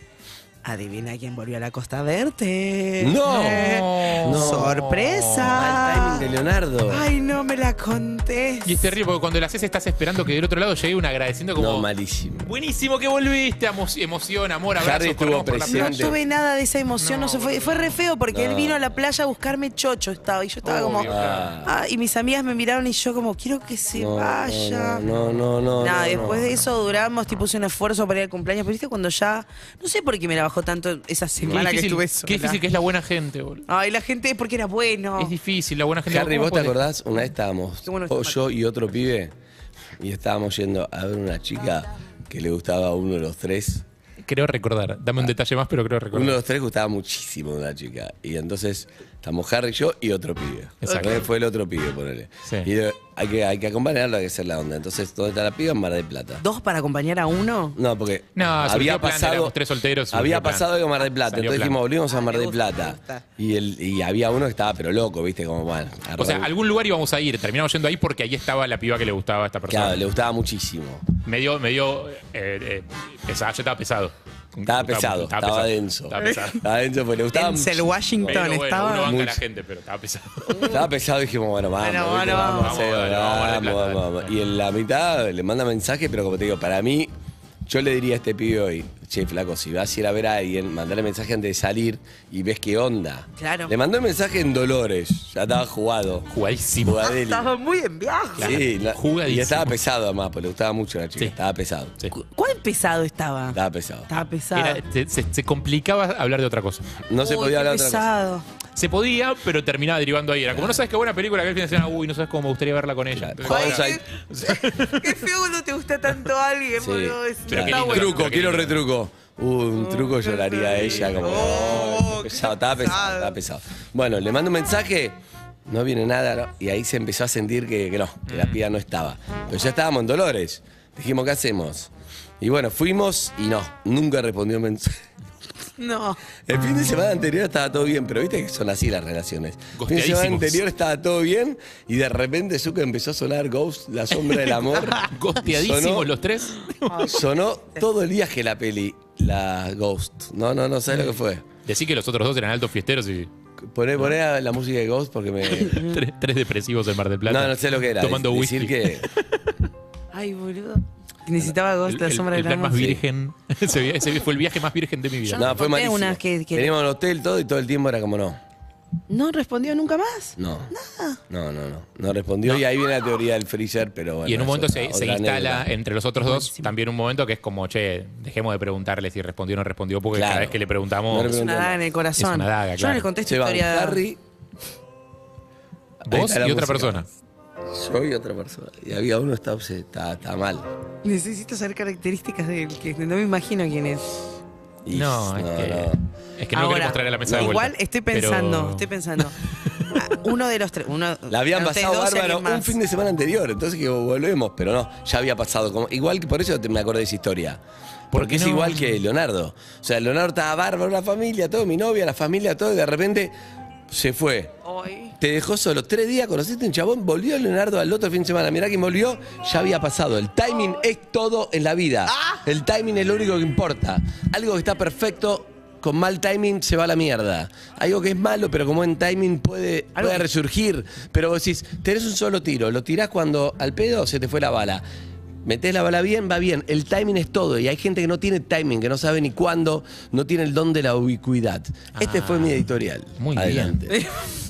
adivina quién volvió a la costa a verte. ¡No! Eh, No. ¡Sorpresa! Al timing de Leonardo. Ay, no me la conté. Y es terrible porque cuando la haces estás esperando que del otro lado llegue un agradeciendo como... No, malísimo. Buenísimo que volviste. Emo- emoción, amor, abrazo. Harry estuvo corremos por la presente. No playa. tuve nada de esa emoción, no, No, se fue, fue re feo porque No. él vino a la playa a buscarme chocho estaba y yo estaba como Obvio, claro. ah, y mis amigas me miraron y yo como quiero que se No, vaya. No, no, no. Nada, no, después no. de eso duramos, tipo puse un esfuerzo para ir al cumpleaños, pero viste cuando ya no sé por qué me la bajó tanto esa Qué semana que difícil, estuve qué sola. difícil que es la buena gente, boludo. Ay, la gente porque era bueno. Es difícil, la buena gente. Harry, ¿Cómo ¿vos te podés? acordás? Una vez estábamos, Qué bueno o está yo y otro pibe, y estábamos yendo a ver una chica que le gustaba a uno de los tres. Creo recordar. Dame un detalle más, pero creo recordar. Uno de los tres gustaba muchísimo de una chica. Y entonces estamos Harry, yo y otro pibe. Exacto. Entonces fue el otro pibe, ponele. Sí. Y de- hay que, hay que acompañarlo, hay que hacer la onda. Entonces, ¿dónde está la piba? En Mar del Plata. ¿Dos para acompañar a uno? No, porque No, había surgió plan, pasado. éramos tres solteros, surgió Había plan. pasado algo en Mar del Plata. Salió Entonces plan. dijimos, volvimos a Ah, Mar me del gusta, me Plata. gusta. Y, el, y había uno que estaba pero loco, ¿viste? Como, bueno. O sea, a algún lugar íbamos a ir. Terminamos yendo ahí porque ahí estaba la piba que le gustaba a esta persona. Claro, le gustaba muchísimo. Me dio, me dio, eh, eh, pesado, yo estaba pesado. Estaba pesado, estaba, pesado. denso. Estaba pesado. Estaba denso, porque le gustaba Denzel mucho. Washington Pero bueno, estaba. uno banca a la Mucho. gente, pero estaba pesado. Estaba pesado y dijimos, bueno, vamos, Bueno, ¿viste? bueno, vamos, vamos. a hacer, Vamos, dale, vamos, vamos, Mar del vamos, Plata, vamos. Y en la mitad le manda mensaje, pero como te digo, para mí, yo le diría a este pibe hoy, che, flaco, si vas a ir a ver a alguien, mandale mensaje antes de salir y ves qué onda. Claro. Le mandó el mensaje en Dolores, ya estaba jugado. Jugadísimo. Jugadeli. Estaba muy en viaje. Claro, Sí, la- jugadísimo. y estaba pesado además, porque le gustaba mucho a la chica. Sí. Estaba pesado. Sí. ¿Cu- ¿Cuán pesado estaba? Estaba pesado. Estaba pesado. Era- se, se- se complicaba hablar de otra cosa. No se Uy, podía qué hablar de otra cosa. pesado. Se podía, pero terminaba derivando ahí. Era como, no sabes qué buena película que el fin de semana, uy, no sabes cómo me gustaría verla con ella. Claro. Ay, Vamos ahí. qué, qué feo cuando te gusta tanto alguien, Sí. boludo. Es- Pero qué está lindo. bueno. Truco, Pero qué quiero lindo. retruco. Uh, un truco lloraría a ella como. Oh, oh, qué pesado, estaba pesado, pesado. estaba pesado. Bueno, le mando un mensaje, no viene nada, ¿no? Y ahí se empezó a sentir que, que no, que la piba no estaba. Pero ya estábamos en Dolores. Dijimos, ¿qué hacemos? Y bueno, fuimos y no, nunca respondió mensaje. No. El fin de semana anterior estaba todo bien, pero viste que son así las relaciones. El fin de semana Gosteadísimos. anterior estaba todo bien y de repente Zucca empezó a sonar Ghost, la sombra del amor. Gosteadísimos Sonó- los tres. Sonó todo el viaje la peli, la Ghost. No, no, no, ¿sabes lo que fue? Decí que los otros dos eran altos fiesteros y Poné, poné a la música de Ghost porque me. tres, tres depresivos en Mar del Plata. No, no sé lo que era. Tomando Dec- whisky. Decir que. Ay, boludo. Necesitaba Ghost, El, la el- sombra el del plan amor. más virgen. ese, vi- ese fue el viaje más virgen de mi vida. Yo- No, fue conté malísimo. una que- que- Teníamos el hotel todo y todo el tiempo era como no. No respondió nunca más. No. No, no, no. No respondió y ahí viene la teoría del freezer, pero bueno. Y en un es momento otra- se, se otra instala anécdota. entre los otros dos Buenísimo. también un momento que es como, che, dejemos de preguntarle si respondió o no respondió, porque Claro. cada vez que le preguntamos, No le Es una daga en el corazón. Es una daga, Yo claro. no le conté esta Se van historia. Harry, Ahí vos está la y otra música. persona. yo y otra persona. Y había uno que estaba, obse- estaba, estaba mal. Necesito saber características de él, que no me imagino quién es. Y No, es que, no. es que no lo queremos traer a la mesa de vuelta. igual estoy pensando, Pero- estoy pensando. Ah, Uno de los tres. Uno, La habían ustedes pasado dos y bárbaro alguien un más. fin de semana anterior, entonces que volvemos, pero no, ya había pasado. Como, igual que por eso te- me acordé de esa historia. ¿Por Porque qué es no? igual que Leonardo. O sea, Leonardo estaba bárbaro, la familia, todo, mi novia, la familia, todo, y de repente se fue. Ay. Te dejó solo tres días, conociste un chabón, volvió Leonardo al otro fin de semana. Mirá quién volvió, ya había pasado. El timing es todo en la vida. El timing es lo único que importa. Algo que está perfecto, con mal timing se va a la mierda. Algo que es malo, pero como en timing puede, Algo puede que- resurgir. Pero vos decís, tenés un solo tiro, lo tirás cuando al pedo se te fue la bala. Metés la bala bien, va bien. El timing es todo. Y hay gente que no tiene timing, que no sabe ni cuándo, no tiene el don de la ubicuidad. Este Ah, fue mi editorial. muy bien. Adelante.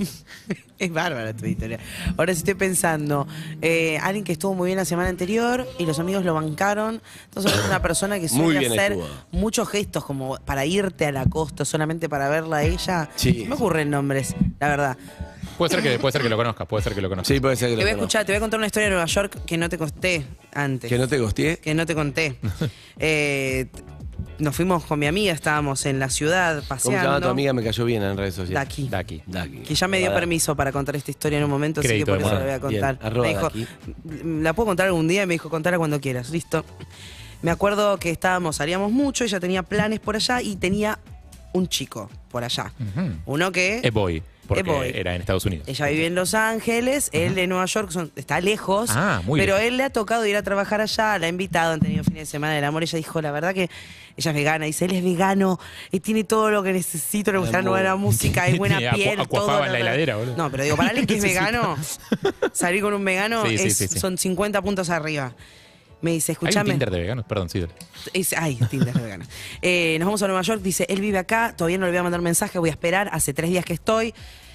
Es bárbara tu historia. Ahora sí estoy pensando, eh, alguien que estuvo muy bien la semana anterior y los amigos lo bancaron. Entonces es una persona que Muy suele bien hacer estuvo. muchos gestos como para irte a la costa solamente para verla a ella. Sí. No me ocurren nombres, la verdad. Puede ser que, puede ser que lo conozcas, puede ser que lo conozcas. Sí, puede ser que Te lo voy a conozca. escuchar, te voy a contar una historia de Nueva York que no te conté antes. ¿Que no te gosteé? Que no te conté. Eh, t- nos fuimos con mi amiga, estábamos en la ciudad ¿Cómo se llama tu paseando. amiga? Me cayó bien en redes sociales. Daki. Daki. Daki. Que ya me dio Arroba permiso para contar esta historia en un momento, Crédito así que por de eso la voy a Bien, contar. arroba Me dijo, Daki. la puedo contar algún día y me dijo, contala cuando quieras. Listo. Me acuerdo que estábamos, salíamos mucho, ella tenía planes por allá y tenía un chico por allá. Ujú. Uno que Es boy, porque Es boy. era en Estados Unidos. ella vive en Los Ángeles, él de Nueva York, son- está lejos, Ah, muy pero lejos. él le ha tocado ir a trabajar allá, la ha invitado, han tenido fines de semana del amor. Ella dijo, la verdad que ella es vegana, dice, él es vegano, y tiene todo lo que necesito, le gusta la Amor. nueva música, hay buena Tiene piel, aqua- todo. aquafaba en lo- la heladera, boludo. No, pero digo, para alguien que es vegano, salir con un vegano Sí, sí, es- sí, sí. son cincuenta puntos arriba. Me dice, ¿Hay un escúchame. Tinder de veganos? Perdón, sí, dale. Es, ay, Tinder de vegana. Eh, nos vamos a Nueva York, dice, él vive acá, todavía no le voy a mandar mensaje, voy a esperar, hace tres días que estoy.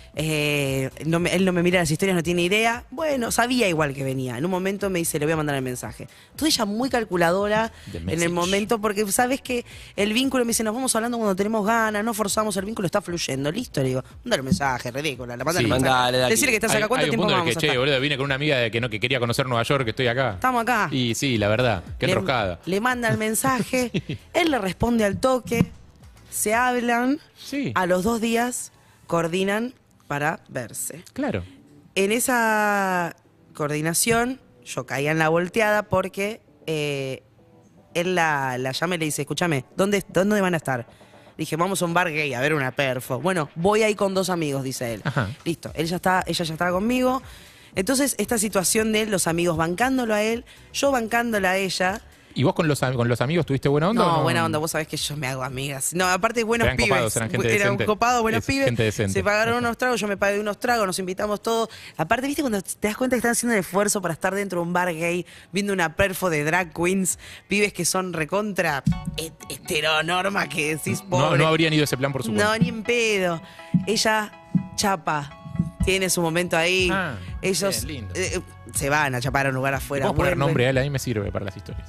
Eh, no me- él no me mira las historias, no tiene idea. Bueno, sabía igual que venía. En un momento me dice, le voy a mandar el mensaje. Entonces ella muy calculadora The en message. el momento, porque sabes que el vínculo, me dice, nos vamos hablando cuando tenemos ganas, no forzamos, el vínculo está fluyendo. Listo, le digo, mandale un mensaje, ridícula. La Sí, mandale, dale. Decirle que estás Hay, acá, ¿cuánto hay un tiempo punto en vamos el a que, che, estar? boludo, vine con una amiga de que no que quería conocer Nueva York, que estoy acá. Estamos acá. Y sí, la verdad, qué le, enroscada. le manda el mensaje, él le responde al toque, se hablan, Sí. a los dos días coordinan para verse. Claro. En esa coordinación yo caía en la volteada porque eh, él la, la llama y le dice, escúchame, ¿dónde, ¿dónde van a estar? Dije, vamos a un bar gay a ver una perfo. Bueno, voy ahí con dos amigos, dice él. Ajá. Listo, él ya está, ella ya estaba conmigo. Entonces, esta situación de los amigos bancándolo a él, yo bancándola a ella. ¿Y vos con los, am- con los amigos tuviste buena onda? No, o buena onda, vos sabés que yo me hago amigas. No, aparte buenos Eran pibes. copados, eran gente eran decente. copados, buenos Es pibes. gente decente. Se pagaron unos tragos, yo me pagué unos tragos, nos invitamos todos. Aparte, viste, cuando te das cuenta que están haciendo el esfuerzo para estar dentro de un bar gay, viendo una perfo de drag queens, pibes que son recontra het- heteronorma, que decís, No, pobre. no habrían ido a ese plan por su No, cuenta. ni en pedo. Ella, chapa, tiene su momento ahí. Ah, Ellos bien, lindo. eh, se van a chapar a un lugar afuera. ¿Puedo poner vuelven. nombre a él? A mí me sirve para las historias.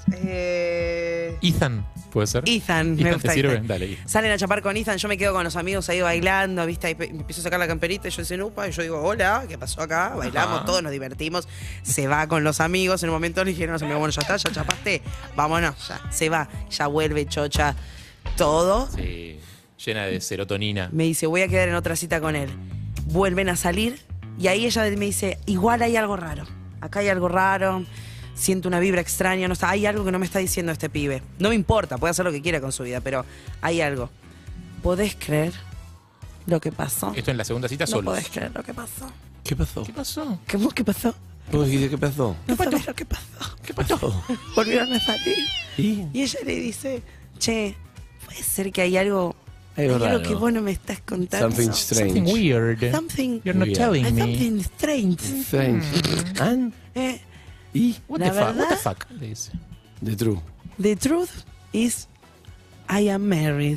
Eh... Ethan, ¿puede ser? Ethan, me Ethan, gusta ¿te sirve? Ethan. Dale, Ethan. Salen a chapar con Ethan, yo me quedo con los amigos ahí bailando, ¿viste? Ahí pe- me empiezo a sacar la camperita y yo dice upa, y yo digo, hola, ¿qué pasó acá? Bailamos, Ajá. todos nos divertimos. Se va con los amigos, en un momento le dijeron a los amigos, bueno, ya está, ya chapaste, vámonos, ya, se va, ya vuelve, chocha, todo. Sí, llena de serotonina. Me dice, voy a quedar en otra cita con él. Vuelven a salir y ahí ella me dice, igual hay algo raro, acá hay algo raro. Siento una vibra extraña, no está, hay algo que no me está diciendo este pibe. No me importa, puede hacer lo que quiera con su vida, pero hay algo. ¿Podés creer lo que pasó? Esto en la segunda cita No solos. podés creer lo que pasó. ¿Qué pasó? ¿Qué pasó? ¿Qué, vos qué pasó? ¿Cómo dijiste qué pasó? No sabés lo que pasó. ¿Qué pasó? Volvieron a salir. ¿Y? Y ella le dice, che, puede ser que hay algo, Hay hay algo algo raro. que vos no me estás contando. Something strange. Something weird. Something- You're not Weird. telling Hay me. something strange. Strange. ¿And? Eh, ¿Y? What La the fuck? What verdad- the fuck? Le dice. The True. the truth is, I am married.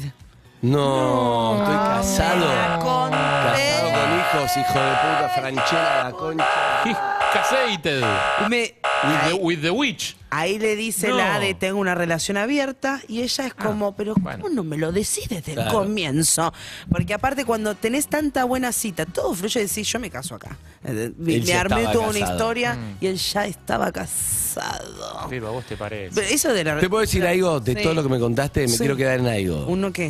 No, estoy casado. La conté. Casado con hijos, hijo de puta, Franchella, la concha. He's casated Me- with the, ahí, with the witch. ahí le dice No. la de tengo una relación abierta y ella es como, pero bueno. ¿cómo no me lo decís desde el Claro. comienzo? Porque aparte cuando tenés tanta buena cita, todo fluye y decís, yo me caso acá. Eh, Me, Él me ya armé estaba toda una casado. historia Mm. y él ya estaba casado. Pero a vos te parece. Pero eso de la ¿Te puedo decir algo de Sí. todo lo que me contaste? Me Sí. quiero quedar en algo. ¿Uno qué?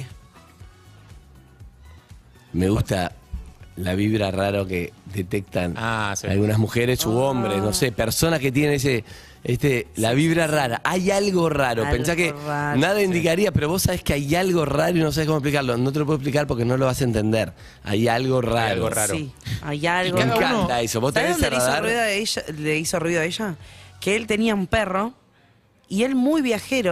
Me gusta la vibra raro que detectan Ah, sí. algunas mujeres u hombres, no sé, personas que tienen ese, este, la vibra rara. Hay algo raro. Algo Pensá que raro, nada sí. indicaría, pero vos sabés que hay algo raro y no sabés cómo explicarlo. No te lo puedo explicar porque no lo vas a entender. Hay algo raro. algo raro. Sí, hay algo. Me cada uno- encanta eso. ¿Vos ¿Sabes tenés dónde ese le hizo, radar? ruido a ella, le hizo ruido a ella? Que él tenía un perro y él muy viajero.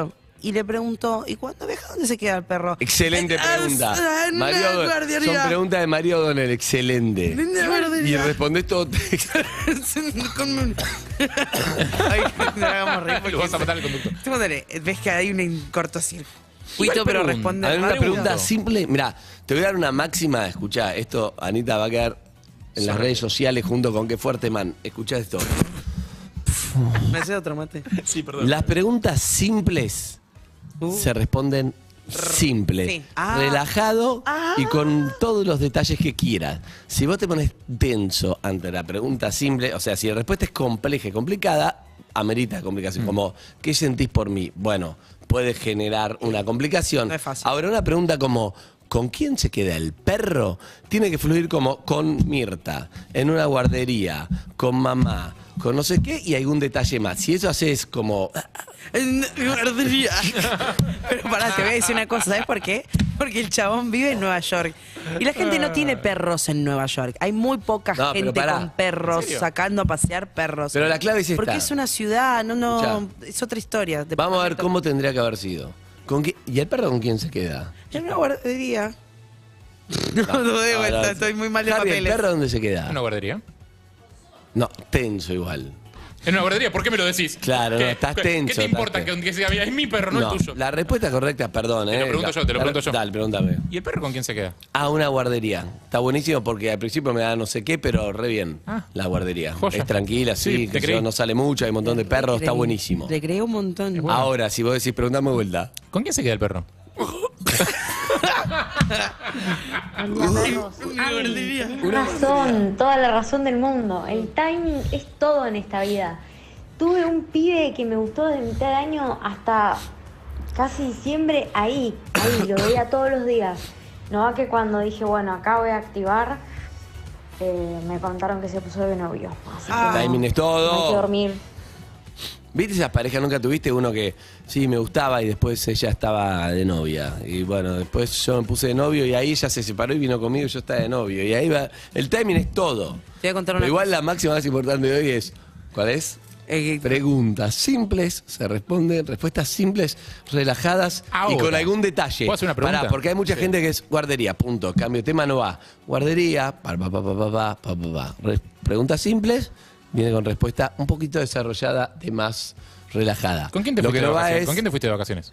y le preguntó, ¿y cuándo viaja dónde se queda el perro? Excelente En- pregunta. ah, en Mario una O'Donnell. guardería. Son preguntas de Mario O'Donnell, excelente. En una guardería. Y respondés todo. Con un- Ay, no hagamos reír porque Lo vas a matar al conducto. Tú mándale, ves que hay un cortocircuito, Igual pero pregunta. responde A ver, una rápido. pregunta simple. Mirá, te voy a dar una máxima. Escuchá, esto, Anita, va a quedar en las redes sociales junto con Qué Fuerte Man. Escuchá esto. Me hace otro mate. Sí, perdón. Las preguntas simples Uh. se responden simples, Sí. Ah. relajado Ah. y con todos los detalles que quieras. Si vos te pones tenso ante la pregunta simple, o sea, si la respuesta es compleja y complicada, amerita complicación. Como, ¿qué sentís por mí? Bueno, puede generar una complicación. No es fácil. Ahora, una pregunta como, ¿con quién se queda el perro? Tiene que fluir como con Mirta, en una guardería, con mamá, con no sé qué y algún detalle más. Si eso haces como... En guardería. Pero pará, te voy a decir una cosa, ¿sabes por qué? Porque el chabón vive en Nueva York. Y la gente no tiene perros en Nueva York. Hay muy poca No, pero gente pará. con perros, ¿En serio? sacando a pasear perros. Pero la clave es esta. Porque es una ciudad, no, no, Escuchá. es otra historia. Vamos a ver cómo tendría que haber sido. ¿Con qué- ¿Y el perro con quién se queda? En una guardería. No, no de vuelta, Ahora, estoy muy mal de Javi, ¿el papeles. perro dónde se queda? ¿En una guardería? No, tenso igual. ¿En una guardería? ¿Por qué me lo decís? Claro, ¿Qué, no, estás qué- tenso, ¿Qué te estás importa tenso. que, que sea es mi perro, no, No, el tuyo? la respuesta correcta, perdón, ¿eh? Te lo pregunto La- yo, te lo la- pregunto yo. Dale, pregúntame. ¿Y el perro con quién se queda? Ah, una guardería. Está buenísimo porque al principio me da no sé qué, pero re bien. Ah. La guardería. Joya. Es tranquila, sí, Sí, te que creí. yo, no sale mucho, hay un montón de perros, está buenísimo. Le creé un montón. Ahora, si vos decís, preguntame de vuelta. ¿Con quién se queda el perro? Razón, toda la razón del mundo. El timing es todo en esta vida. Tuve un pibe que me gustó desde mitad de año hasta casi diciembre ahí, ahí, lo veía todos los días. No va que cuando dije, bueno, acá voy a activar, eh, me contaron que se puso de novio. Así Ah. que no, Timing es no hay que todo. dormir. ¿Viste esas parejas? ¿Nunca tuviste uno que sí me gustaba y después ella estaba de novia? Y bueno, después yo me puse de novio y ahí ella se separó y vino conmigo y yo estaba de novio. Y ahí va. El timing es todo. Te voy a contar Pero una igual la máxima más importante de hoy es. ¿Cuál es? Eh, Preguntas simples, se responden, respuestas simples, relajadas y Ahora. con algún detalle. ¿Puedo hacer una pregunta? Pará, porque hay mucha Sí. gente que es guardería, punto. Cambio de tema no va. Guardería, pa, pa, pa, pa, pa, pa, pa, pa, pa. Re- Preguntas simples, viene con respuesta un poquito desarrollada de más relajada. ¿Con quién te Lo fuiste que de no va vacaciones? es. ¿Con quién te fuiste de vacaciones?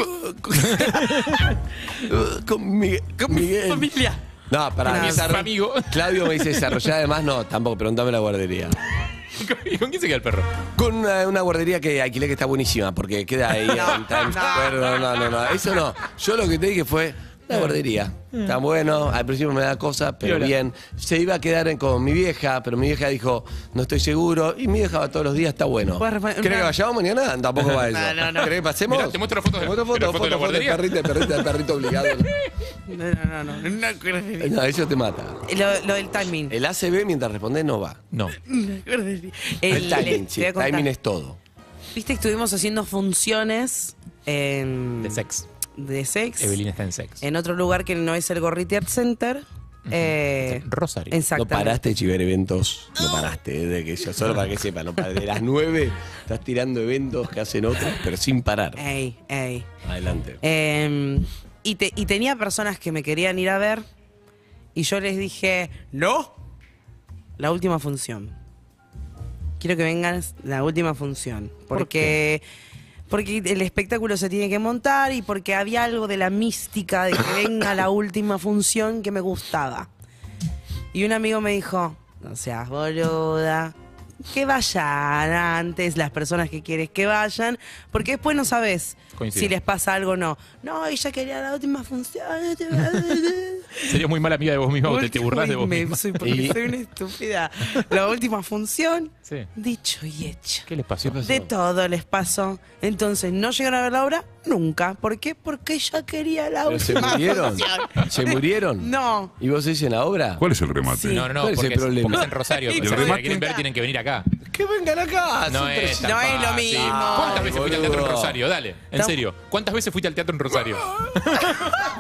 con Miguel. Con Miguel. familia. No, para Con mí mi amigo. Claudio me dice desarrollada, además no, tampoco, preguntame la guardería. ¿Y con quién se queda el perro? Con una, una guardería que alquilé que está buenísima, porque queda ahí en Times Square. No, no, no, no, eso no. Yo lo que te dije fue la guardería. Está bueno, al principio me da cosa, pero Piola. bien. Se iba a quedar en- con mi vieja, pero mi vieja dijo, no estoy seguro. Y mi vieja va todos los días, está bueno. ¿Puedes responder? ¿Querés que vayamos mañana? Tampoco va eso. No, no, no. ¿Querés que pasemos? Mirá, te muestro fotos de- Te muestro pero fotos, fotos de la fotos, fotos, el guardería. perrito, el perrito, el perrito obligado. No, no, no. no, no guardería. No, eso te mata. Lo, lo del timing. El A C B mientras respondes no va. No. El, El, timing, te sí. voy a contar. Timing es todo. Viste que estuvimos haciendo funciones en- De sex. de sex Evelina está en sex. en otro lugar que no es el Gorriti Art Center. Eh, Rosario. No exactamente. paraste de chivar eventos, no paraste, eh, de que yo, solo para que sepan, no paraste. De las nueve estás tirando eventos que hacen otros, pero sin parar. Ey, ey. Adelante. Eh, y, te- y tenía personas que me querían ir a ver y yo les dije, no, la última función. Quiero que vengas la última función. Porque, porque el espectáculo se tiene que montar y porque había algo de la mística de que venga la última función que me gustaba. Y un amigo me dijo, no seas boluda, que vayan antes las personas que quieres que vayan, porque después no sabes Coincido. si les pasa algo o no. No, ella quería la última función. Serías muy mala amiga de vos misma o te, te burlas de vos Me- misma. soy, porque Y- soy una estúpida. La última función, Sí. dicho y hecho. ¿Qué les pasó? De todo les pasó. Entonces, no llegaron a ver la obra nunca. ¿Por qué? Porque ella quería la ¿Pero se última murieron? función. ¿Se murieron? No. ¿Y vos decís en la obra? ¿Cuál es el remate? Sí. No, no, no, ¿Cuál es el porque es, problema? porque es en Rosario. ¿Y pero el si la remate? quieren ver, tienen que venir acá. Que vengan acá. No son es, tres- tan No es lo fácil. mismo. ¿Cuántas veces fuiste al teatro en boludo. Rosario? Dale, en No. serio. ¿Cuántas veces fuiste al teatro en Rosario?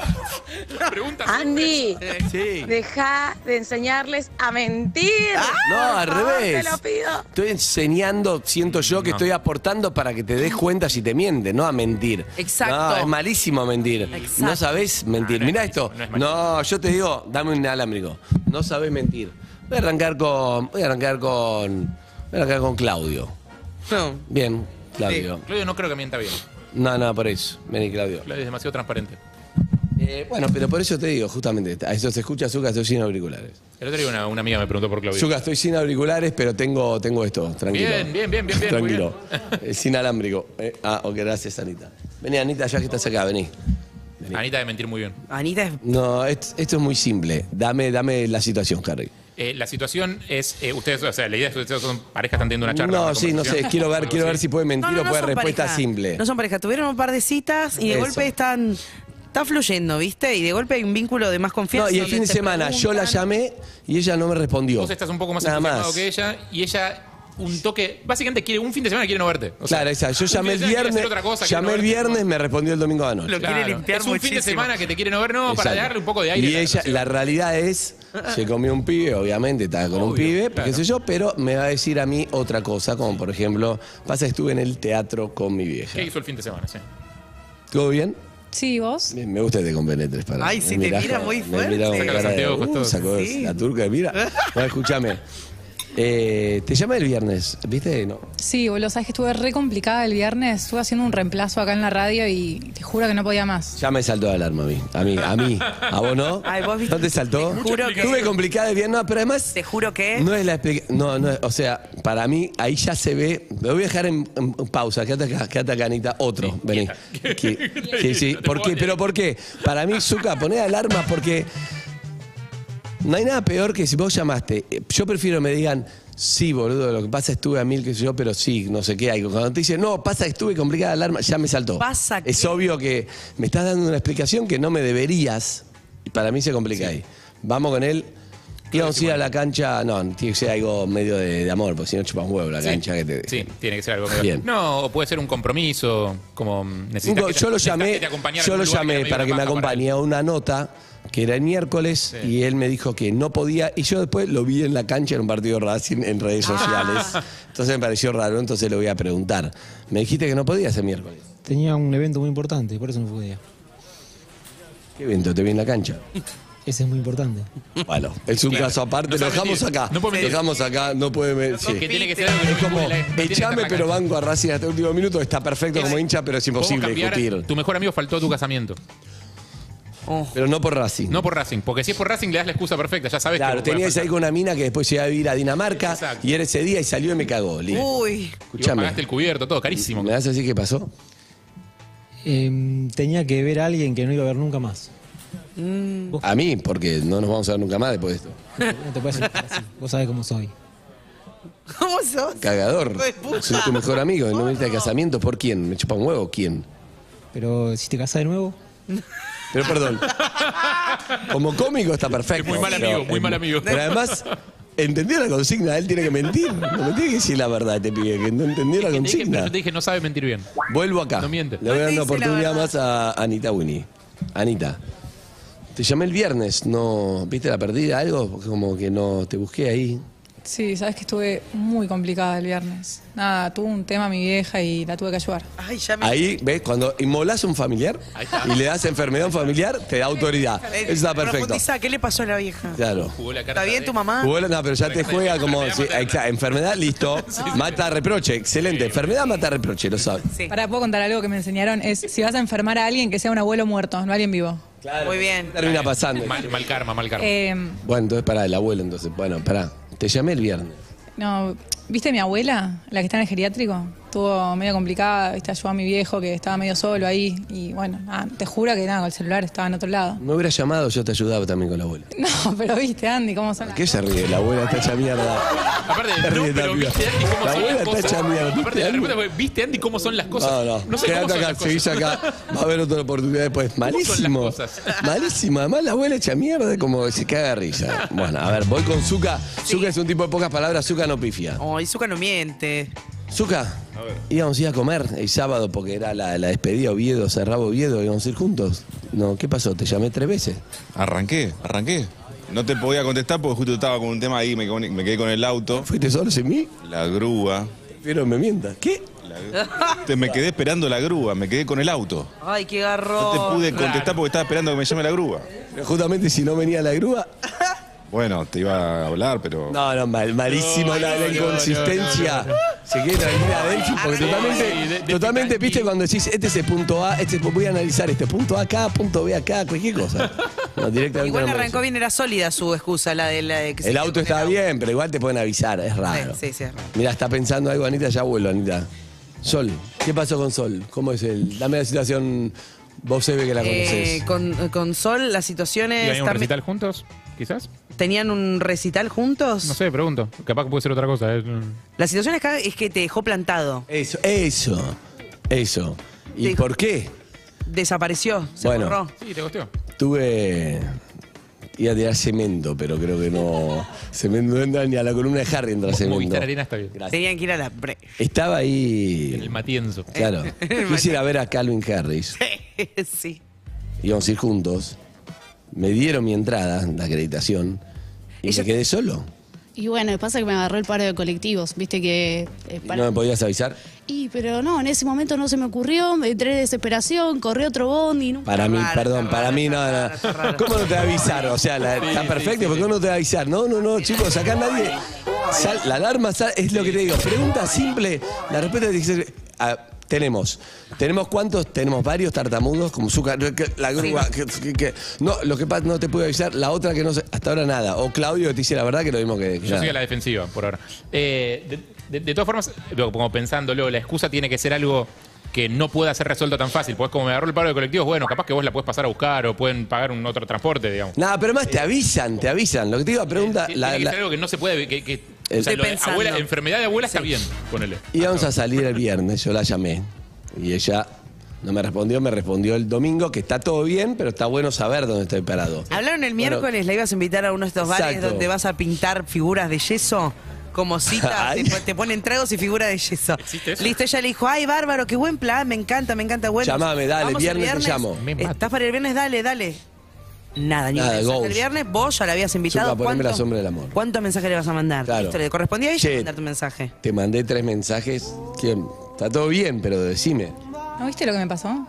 Pregunta Andy, Sí. deja de enseñarles a mentir. No, al Por favor, revés. Te lo pido. Estoy enseñando, siento yo que No. estoy aportando para que te des cuenta si te miente, no a mentir. Exacto. No, es malísimo mentir. Exacto. No sabés mentir. No, no es Mirá esto. malísimo, no es malísimo. No, yo te digo, dame un inalámbrico. No sabés mentir. Voy a arrancar con. Voy a arrancar con. Voy a arrancar con Claudio. No. Bien, Claudio. Claudio no creo que mienta bien. No, no, por eso. Vení, Claudio. Claudio es demasiado transparente. Eh, bueno, pero por eso te digo, justamente, a eso se escucha, Zucca, estoy sin auriculares. El otro día una, una amiga me preguntó por Claudio. Zucca, estoy sin auriculares, pero tengo, tengo esto, tranquilo. Bien, bien, bien, bien, bien, muy Tranquilo. Es inalámbrico. Eh, ah, ok, gracias, Anita. Vení, Anita, ya que estás acá, vení. Anita de mentir muy bien. Anita es. No, es- esto es muy simple. Dame, dame la situación, Harry. Eh, la situación es, eh, ustedes, o sea, la idea es que ustedes son parejas, están teniendo una charla. No, una sí, no sé. conversación. Quiero ver, Algo quiero ver así. si puede mentir No, no, o no puede son respuesta pareja. simple. No son pareja. Tuvieron un par de citas y de Eso. golpe están. Está fluyendo, ¿viste? Y de golpe hay un vínculo de más confianza. No, y el donde fin de se semana yo la preguntan. llamé y ella no me respondió. Vos estás un poco más Nada entusiasmado más. que ella y ella un toque, básicamente quiere un fin de semana quiere no verte. O sea, Claro, exacto. Yo un llamé fin el de semana quiere viernes, hacer otra cosa, quiere llamé no el verte. viernes, me respondió el domingo a la noche. Lo quiere Claro, limpiar es un fin de muchísimo. semana que te quiere no ver, no, para Exacto. darle un poco de aire. Y a la ella, relación. la realidad es, se comió un pibe, obviamente, estaba con un Obvio, pibe, claro. qué sé yo, pero me va a decir a mí otra cosa, como por ejemplo, pasa que estuve en el teatro con mi vieja. ¿Qué hizo el fin de semana? Sí. ¿Todo bien? Sí, vos. Bien, me gusta que te compenetres para. Ay, me sí, te mirás mira con- muy me fuerte. mirás con Saca cara los de, anteojos, uh, todo. sacó Sí. la turca, mira. Bueno, escúchame. Eh, te llamé el viernes, ¿viste? No. Sí, boludo, sabes que estuve re complicada el viernes. Estuve haciendo un reemplazo acá en la radio y te juro que no podía más. Ya me saltó la alarma a mí. A mí, a mí. ¿A vos no? Ay, vos viste- ¿No te saltó? te juro que- Estuve complicada el viernes, no, pero además. Te juro que. No es la explicación. No, no, es- o sea, para mí ahí ya se ve. Me voy a dejar en, en pausa. Quédate acá, quédate acá, Anita. Otro, Sí, vení. quieta. Que- que sí, No te ¿por qué? puedo ¿Pero por qué? Para mí, Zucca, poné alarma porque. No hay nada peor que si vos llamaste. eh, Yo prefiero me digan. Sí, boludo, lo que pasa estuve a mil, qué sé yo, pero sí, no sé qué hay. Cuando te dicen, no, pasa estuve complicada la alarma, ya me saltó. Pasa Es que- obvio que me estás dando una explicación que no me deberías. Y para mí se complica ahí. Vamos con él. Íbamos a ir a la cancha. No, tiene que ser algo medio de, de amor, porque si no chupas un huevo la Sí. cancha que te. Sí, tiene que ser algo medio- Bien. No, o puede ser un compromiso, como mm, necesitas No, que te- yo lo necesitas llamé, que te acompañara a yo algún lo lugar llamé era para medio que me una paja para acompañe a una nota que era el miércoles Sí. y él me dijo que no podía y yo después lo vi en la cancha en un partido de Racing en redes Ah. sociales. Entonces me pareció raro, entonces le voy a preguntar. Me dijiste que no podía ese miércoles. Tenía un evento muy importante, por eso no podía. ¿Qué evento te vi en la cancha? Ese es muy importante. Bueno, es un Claro. caso aparte, No lo sabe dejamos mentir. acá. No puede lo mentir. dejamos acá, no puede me- sí. Que tiene que ser algo que Es no como, vincule la- no tiene que estar echame la pero cancha. banco a Racing hasta el último minuto, está perfecto como hincha, pero es Podemos imposible cambiar, discutir. Tu mejor amigo faltó a tu casamiento. Oh. Pero no por Racing. No por Racing, porque si es por Racing le das la excusa perfecta, ya sabes Claro, que tenías ahí con una mina que después se iba a vivir a Dinamarca Exacto. y era ese día y salió y me cagó. Listo. Uy. Y vos Escuchame. pagaste el cubierto, todo, carísimo. ¿Me vas a decir qué pasó? Eh, tenía que ver a alguien que no iba a ver nunca más. A mí, porque no nos vamos a ver nunca más después de esto. No te puedes explicar así. Vos sabés cómo soy. ¿Cómo sos? Cagador. Hijo de puta. Soy tu mejor amigo. ¿No viniste de casamiento? ¿Por quién? ¿Me chupa un huevo? ¿Quién? Pero si te casás de nuevo, Pero perdón. Como cómico está perfecto. Es muy mal pero- amigo, muy mal amigo. Pero además, entendió la consigna. Él tiene que mentir. No me tiene que decir la verdad este pibe, que no entendió la Te dije- pero consigna. yo te dije, no sabe mentir bien. Vuelvo acá. No miente. Le voy a dar No una te dice la oportunidad verdad. más a Anita Winnie. Anita, te llamé el viernes, ¿no viste la perdida? Algo, porque como que no te busqué ahí. Sí, sabes que estuve muy complicada el viernes. Nada, tuvo un tema mi vieja y la tuve que ayudar. Ay, ya me. Ahí, ¿ves? Cuando inmolás a un familiar Ahí está. y le das enfermedad a un familiar, te da autoridad. Eh, Eso está perfecto. Profundizá, ¿qué le pasó a la vieja? Claro. Jugó la carta ¿Está bien de- tu mamá? Bueno, no, pero ya te juega como Enfermedad sí, materna. exacto, enfermedad, listo. Mata reproche, excelente. Enfermedad mata reproche, lo sabes. Sí. Para, puedo contar algo que me enseñaron, es si vas a enfermar a alguien que sea un abuelo muerto, no alguien vivo. Muy bien. Termina pasando. Mal, mal karma, mal karma. Eh, Bueno, entonces pará, el abuelo, entonces. Bueno, pará. Te llamé el viernes. no, ¿viste mi abuela, la que está en el geriátrico? Estuvo medio complicada, ¿viste? Ayudó a mi viejo que estaba medio solo ahí. Y bueno, nada, te juro que nada, con el celular estaba en otro lado. Me hubieras llamado, yo te ayudaba también con la abuela. No, pero viste, Andy, cómo son las ¿Qué se ríe? La abuela está hecha mierda. Aparte, Se no, ríe pero también. viste Andy cómo La son abuela las está cosas. hecha mierda. Aparte, ¿Viste, la Andy? respuesta fue, ¿viste Andy cómo son las cosas? No, no. No sé cómo Quédate son acá, las cosas. seguís acá. Va a haber otra oportunidad después. son las Malísimo. cosas? Malísimo. Además, la abuela hecha mierda como se caga de risa. Bueno, a ver, voy con Zucca. Zucca es un tipo de pocas palabras. Zucca no pifia. Oh, Izuka no miente. Zucca, íbamos a ir a comer el sábado porque era la, la despedida Oviedo, cerraba Oviedo, íbamos a ir juntos. No, ¿qué pasó? Te llamé tres veces. Arranqué, arranqué. No te podía contestar porque justo estaba con un tema ahí, me, me quedé con el auto. ¿Fuiste solo sin mí? La grúa. Pero me mientas. ¿Qué? La, te, me quedé esperando la grúa, me quedé con el auto. Ay, qué garrón. No te pude contestar Claro. porque estaba esperando que me llame la grúa. Pero justamente si no venía la grúa. Bueno, te iba a hablar, pero... No, no, mal, malísimo No, la, la no, inconsistencia. no, no, no. Se quiere tranquila a Delphi porque Sí, totalmente, de- de- totalmente, viste, cuando decís, este es el punto A, este voy a analizar este punto A acá, punto B acá, cualquier cosa. No, directamente Igual no me arrancó bien, era sólida su excusa, la de la de que se El quedó auto con estaba auto. bien, pero igual te pueden avisar, es raro. Sí, sí, sí, es raro. Mira, está pensando algo, Anita, ya vuelvo, Anita. Sol, ¿qué pasó con Sol? ¿Cómo es el? Dame la situación, vos se ve que la conocés. Eh, con, con Sol, las situaciones. ¿Iban a un también- recital juntos? ¿Quizás? ¿Tenían un recital juntos? No sé, pregunto. Capaz que puede ser otra cosa. eh. La situación acá es que te dejó plantado. Eso, eso, eso. ¿Y Te- por qué? Desapareció, se Bueno. borró. Sí, te gustó. Tuve. Iba a tirar cemento, pero creo que no. Cemento no entra ni a la columna de Harry, entra cemento. Movistar Arena está bien. Tenían que ir a la bre. Estaba ahí. En el Matienzo. Claro. Quise ir a ver a Calvin Harris. Sí. Íbamos a ir juntos. Me dieron mi entrada, la acreditación. Y Ella- me quedé solo. Y bueno, pasa que me agarró el paro de colectivos, viste que... eh, ¿Y para- ¿No me podías avisar? Y pero no, en ese momento no se me ocurrió, me entré de desesperación, corrí otro bondi. Nunca... Para mí, raro, perdón, está para raro, mí no, está no. raro, está raro. ¿Cómo no te va a avisar? O sea, la- está perfecto, ¿por qué no te va a avisar? No, no, no, chicos, acá nadie. Sal- la alarma sal- es lo que te digo. Pregunta simple, la respuesta tiene que ser. ah, tenemos. ¿Tenemos cuántos? Tenemos varios tartamudos, como Zucca, que- la grúa. Que, que- que- no, lo que pasa no te puedo avisar. La otra que no sé, hasta ahora nada. O Claudio que te dice la verdad que lo mismo que. que Yo nada. soy a la defensiva, por ahora. Eh, de, de- de todas formas, lo- como pensándolo, la excusa tiene que ser algo que no pueda ser resuelto tan fácil. Pues como me agarró el paro de colectivos, bueno, capaz que vos la podés pasar a buscar o pueden pagar un otro transporte, digamos. Nada, pero más te avisan, te avisan. Lo que te digo, pregunta. Tiene La, que la- ser algo que no se puede. Que, que- El- o sea, lo de Estoy abuela- pensando. enfermedad de abuela está bien, ponele. Íbamos a salir el viernes, yo la llamé. Y ella no me respondió, me respondió el domingo, que está todo bien, pero está bueno saber dónde estoy parado. Hablaron el Bueno, miércoles, la ibas a invitar a uno de estos bares Exacto. donde vas a pintar figuras de yeso. Como cita, Ay. te, te ponen tragos y figuras de yeso. ¿Existe eso? Listo, ella le dijo, ay, bárbaro, qué buen plan, me encanta, me encanta. Bueno, Llamame, dale, vamos el viernes te llamo. Me mato. ¿Estás para el viernes? Dale, dale. Nada, ni un Nada, mensaje ghost. el viernes, vos ya la habías invitado. Zucca, poneme ¿Cuánto- la sombra del amor. ¿Cuántos mensajes le vas a mandar? Claro. Listo, le correspondía a ella Che. mandar tu mensaje. Te mandé tres mensajes. que Está todo bien, pero decime. ¿No viste lo que me pasó?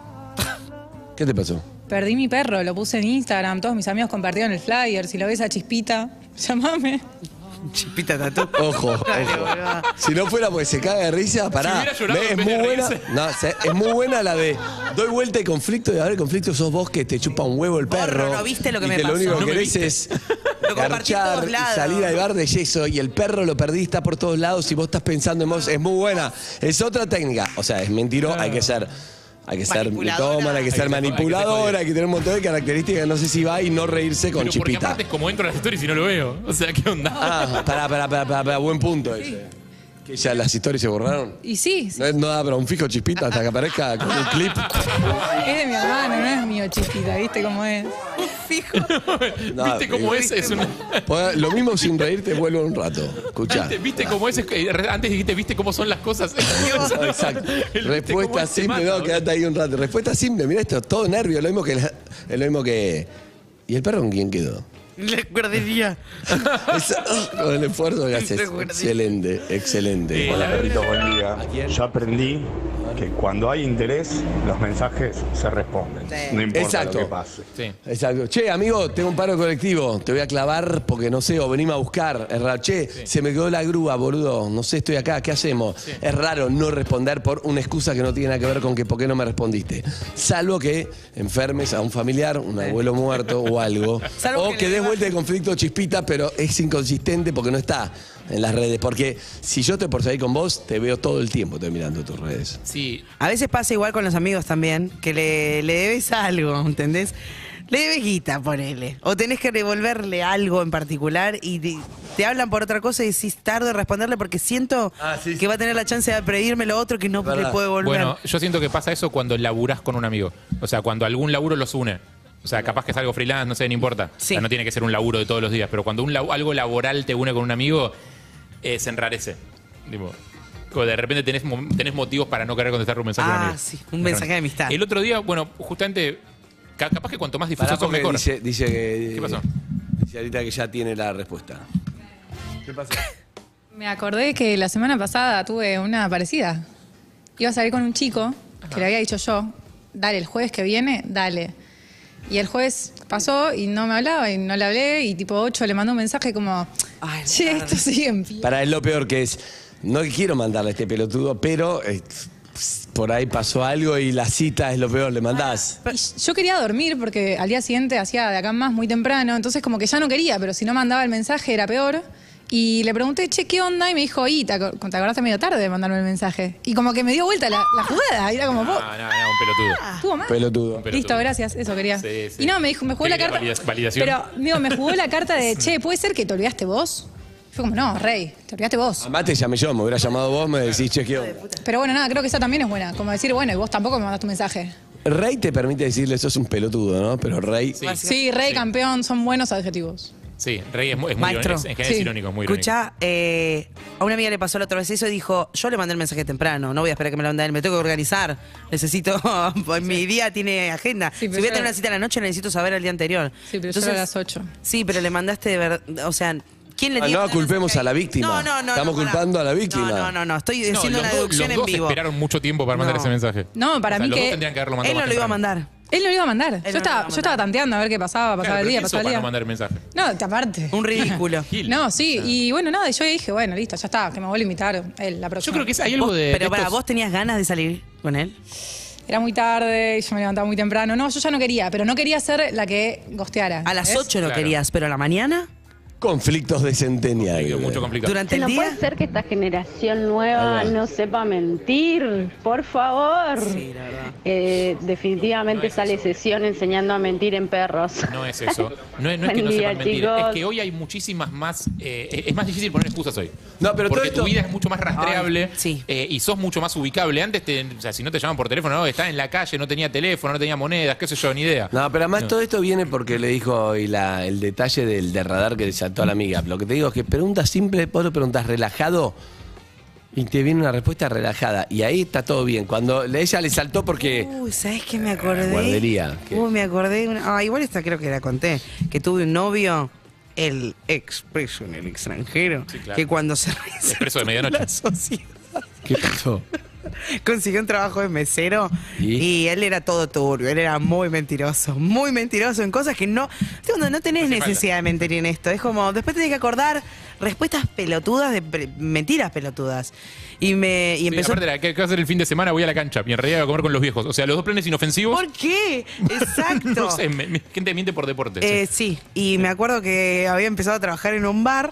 ¿Qué te pasó? Perdí mi perro, lo puse en Instagram, todos mis amigos compartieron el flyer. Si lo ves a Chispita, llamame. Chipita tatú. Ojo, Dale, ojo. boludo. Si no fuera porque se caga de risa, pará. hubiera llorado Ve, en es vez muy de buena. reírse. No, se- es muy buena la de doy vuelta y conflicto. Y a ver, el conflicto sos vos que te chupa un huevo el perro. no viste lo que y me que pasó. lo único que No me querés viste. es Lo compartí en garchar todos y lados. salir al bar de yeso. Y el perro lo perdí, está por todos lados. Y vos estás pensando en vos. Es muy buena. Es otra técnica. O sea, es mentiro. Hay que ser. Hay que ser Manipuladora. mitómana, hay que Hay ser que ser- hay que ser manipuladora, jodida. hay que tener un montón de características. No sé si va y no reírse con Pero porque chipita. aparte es como entro a las stories y no lo veo. O sea, ¿qué onda? Ah, pará, pará, pará, pará, pará, buen punto ese. Que ya las historias se borraron. Y sí, sí, No, es- no da para un fijo chispita hasta que aparezca con un clip. es de mi hermano, no es mío Chispita, ¿viste cómo es? Fijo. No, ¿Viste cómo es? Es una- Podés- Lo mismo sin reírte, vuelvo un rato. Escuchá. ¿Viste, viste cómo es? Eh, Antes dijiste, ¿viste cómo son las cosas? Exacto. El ¿viste Respuesta cómo es? Se simple, mata, no, quédate ahí un rato. Respuesta simple, mira esto, todo nervio, lo mismo que la- es lo mismo que. ¿Y el perro con quién quedó? La guardería. Es- con el esfuerzo que haces. Seguro. Excelente, excelente. Eh, Hola perrito, buen día. ¿A quién? Yo aprendí que cuando hay interés, los mensajes se responden. Sí. No importa Exacto. lo que pase. Sí. Exacto. Che, amigo, tengo un paro colectivo. Te voy a clavar porque no sé, o venime a buscar. Es raro. Che, se me quedó la grúa, boludo. No sé, estoy acá. ¿Qué hacemos? Es raro no responder por una excusa que no tiene nada que ver con que por qué no me respondiste. Salvo que enfermes a un familiar, un abuelo muerto o algo. Salvo o que que, le des baje- vuelta de conflicto chispita, pero es inconsistente porque no está en las redes. Porque si yo estoy por salir con vos, te veo todo el tiempo, estoy mirando tus redes. Sí. A veces pasa igual con los amigos también, que le, le debes algo, ¿entendés? Le debes guita, ponele. O tenés que devolverle algo en particular y te, te hablan por otra cosa y decís tarde en responderle porque siento Ah, sí, sí. que va a tener la chance de pedirme lo otro que no Verdad. le puede volver. Bueno, yo siento que pasa eso cuando laburás con un amigo. O sea, cuando algún laburo los une. O sea, capaz que es algo freelance, no sé, no importa. Sí. O sea, no tiene que ser un laburo de todos los días. Pero cuando un lab- algo laboral te une con un amigo, eh, se enrarece. Tipo, como de repente tenés, mo- tenés motivos para no querer contestar un mensaje de un Ah, amigo. sí, un mensaje de amistad. El otro día, bueno, justamente, ca- capaz que cuanto más difuso Pará, sos, porque mejor. dice, dice que. ¿Qué pasó? Dice ahorita que ya tiene la respuesta. ¿Qué pasa? Me acordé que la semana pasada tuve una parecida. Iba a salir con un chico que le había dicho yo, dale, el jueves que viene, dale. Y el jueves pasó y no me hablaba y no le hablé y tipo ocho le mandó un mensaje como, che, esto sigue en pie. Para él lo peor que es, no quiero mandarle a este pelotudo, pero eh, por ahí pasó algo y la cita es lo peor, le mandás. Y yo quería dormir porque al día siguiente hacía de acá en más muy temprano, entonces como que ya no quería, pero si no mandaba el mensaje era peor. Y le pregunté, che, ¿qué onda? Y me dijo, y te aco- te acordaste medio tarde de mandarme el mensaje. Y como que me dio vuelta la, la jugada. Y era como, vos, No, no, no, un pelotudo. estuvo mal. Pelotudo. Pelotudo. Listo, gracias, eso quería. Sí, sí. Y no, me dijo, me jugó la Quería carta. valida- validación. Pero, digo, me jugó la carta de, che, ¿puede ser que te olvidaste vos? Fue como, no, Rey, te olvidaste vos. Además te llamé yo, me hubiera llamado vos, me decís, che, ¿qué onda? Pero bueno, nada, creo que esa también es buena. Como decir, bueno, y vos tampoco me mandaste un mensaje. Rey te permite decirle, sos un pelotudo, ¿no? Pero Rey. Sí. Sí, Rey, campeón, son buenos adjetivos. Sí, Rey es, mu- es muy Maestro. irónico. En general es Sí. irónico, es muy irónico. Escuchá, eh, a una amiga le pasó la otra vez eso y dijo, yo le mandé el mensaje temprano, no voy a esperar que me lo mande él, me tengo que organizar, necesito, pues, mi día tiene agenda. Sí, si pero voy a yo- tener una cita a la noche, necesito saber el día anterior. Sí, pero yo era a las ocho. Sí, pero le mandaste de verdad, o sea, ¿quién le Ah, dio? no culpemos a la víctima. No, no, no. Estamos no, pará. culpando a la víctima. No, no, no, no, estoy No, haciendo los una dos- deducción los en dos vivo. esperaron mucho tiempo para mandar No. ese mensaje. No, para O sea, mí los que- dos tendrían que haberlo mandado Él no más lo iba a temprano. mandar. Él no lo iba a mandar. no Yo lo estaba, iba a yo estaba tanteando a ver qué pasaba, pasaba Claro, el pero día, ¿qué hizo pasaba el para día. no mandar el mensaje? No, aparte. Un ridículo. Gil. No, sí, y bueno, nada, yo dije, bueno, listo, ya está, que me vuelve a invitar él la próxima. Yo creo que es- hay algo Vos- de. pero de para estos- vos tenías ganas de salir con él. Era muy tarde, y yo me levantaba muy temprano. No, yo ya no quería, pero no quería ser la que gosteara. A las ¿ves? ocho lo Claro. querías, pero a la mañana, Conflictos de centenial. Mucho complicado. durante el No día. puede ser que esta generación nueva Ahí va. no sepa mentir, por favor. Sí, la verdad. Eh, definitivamente No es sale eso. sesión enseñando a mentir en perros. No es eso. No es, no es que Buen no día, sepan mentir. chicos. Es que hoy hay muchísimas más. eh, es más difícil poner excusas hoy. No, pero todo Porque esto- tu vida es mucho más rastreable. Ay, sí. eh, y sos mucho más ubicable. Antes, te, o sea, si no te llaman por teléfono, no, estás en la calle, no tenía teléfono, no tenía monedas, qué sé yo, ni idea. No, pero además No. todo esto viene porque le dijo hoy la- el detalle del, del radar que le saltó a la amiga. Lo que te digo es que preguntas simple, vos lo preguntas relajado y te viene una respuesta relajada. Y ahí está todo bien. Cuando le- ella le saltó porque... Uy, ¿sabes qué me acordé? guardería, ¿qué? Uy, me acordé. de una- Ah, igual esta creo que la conté. Que tuve un novio, el expreso en el extranjero, Sí, claro. que cuando se Expreso de medianoche. la sociedad ¿Qué pasó? consiguió un trabajo de mesero ¿Y? ¿Y? él era todo turbio, él era muy mentiroso, muy mentiroso en cosas que no, ¿viste cuando no tenés No hace necesidad de mentir en esto? Es como, después tenés que acordar respuestas pelotudas de pre- mentiras pelotudas. Y me y Sí, empezó. aparte, era, ¿qué qué va a hacer el fin de semana? Voy a la cancha. Y en realidad voy a comer con los viejos. O sea, los dos planes inofensivos. ¿Por qué? Exacto. No sé, me- me- gente miente por deporte. sí. Eh, sí, y me acuerdo que había empezado a trabajar en un bar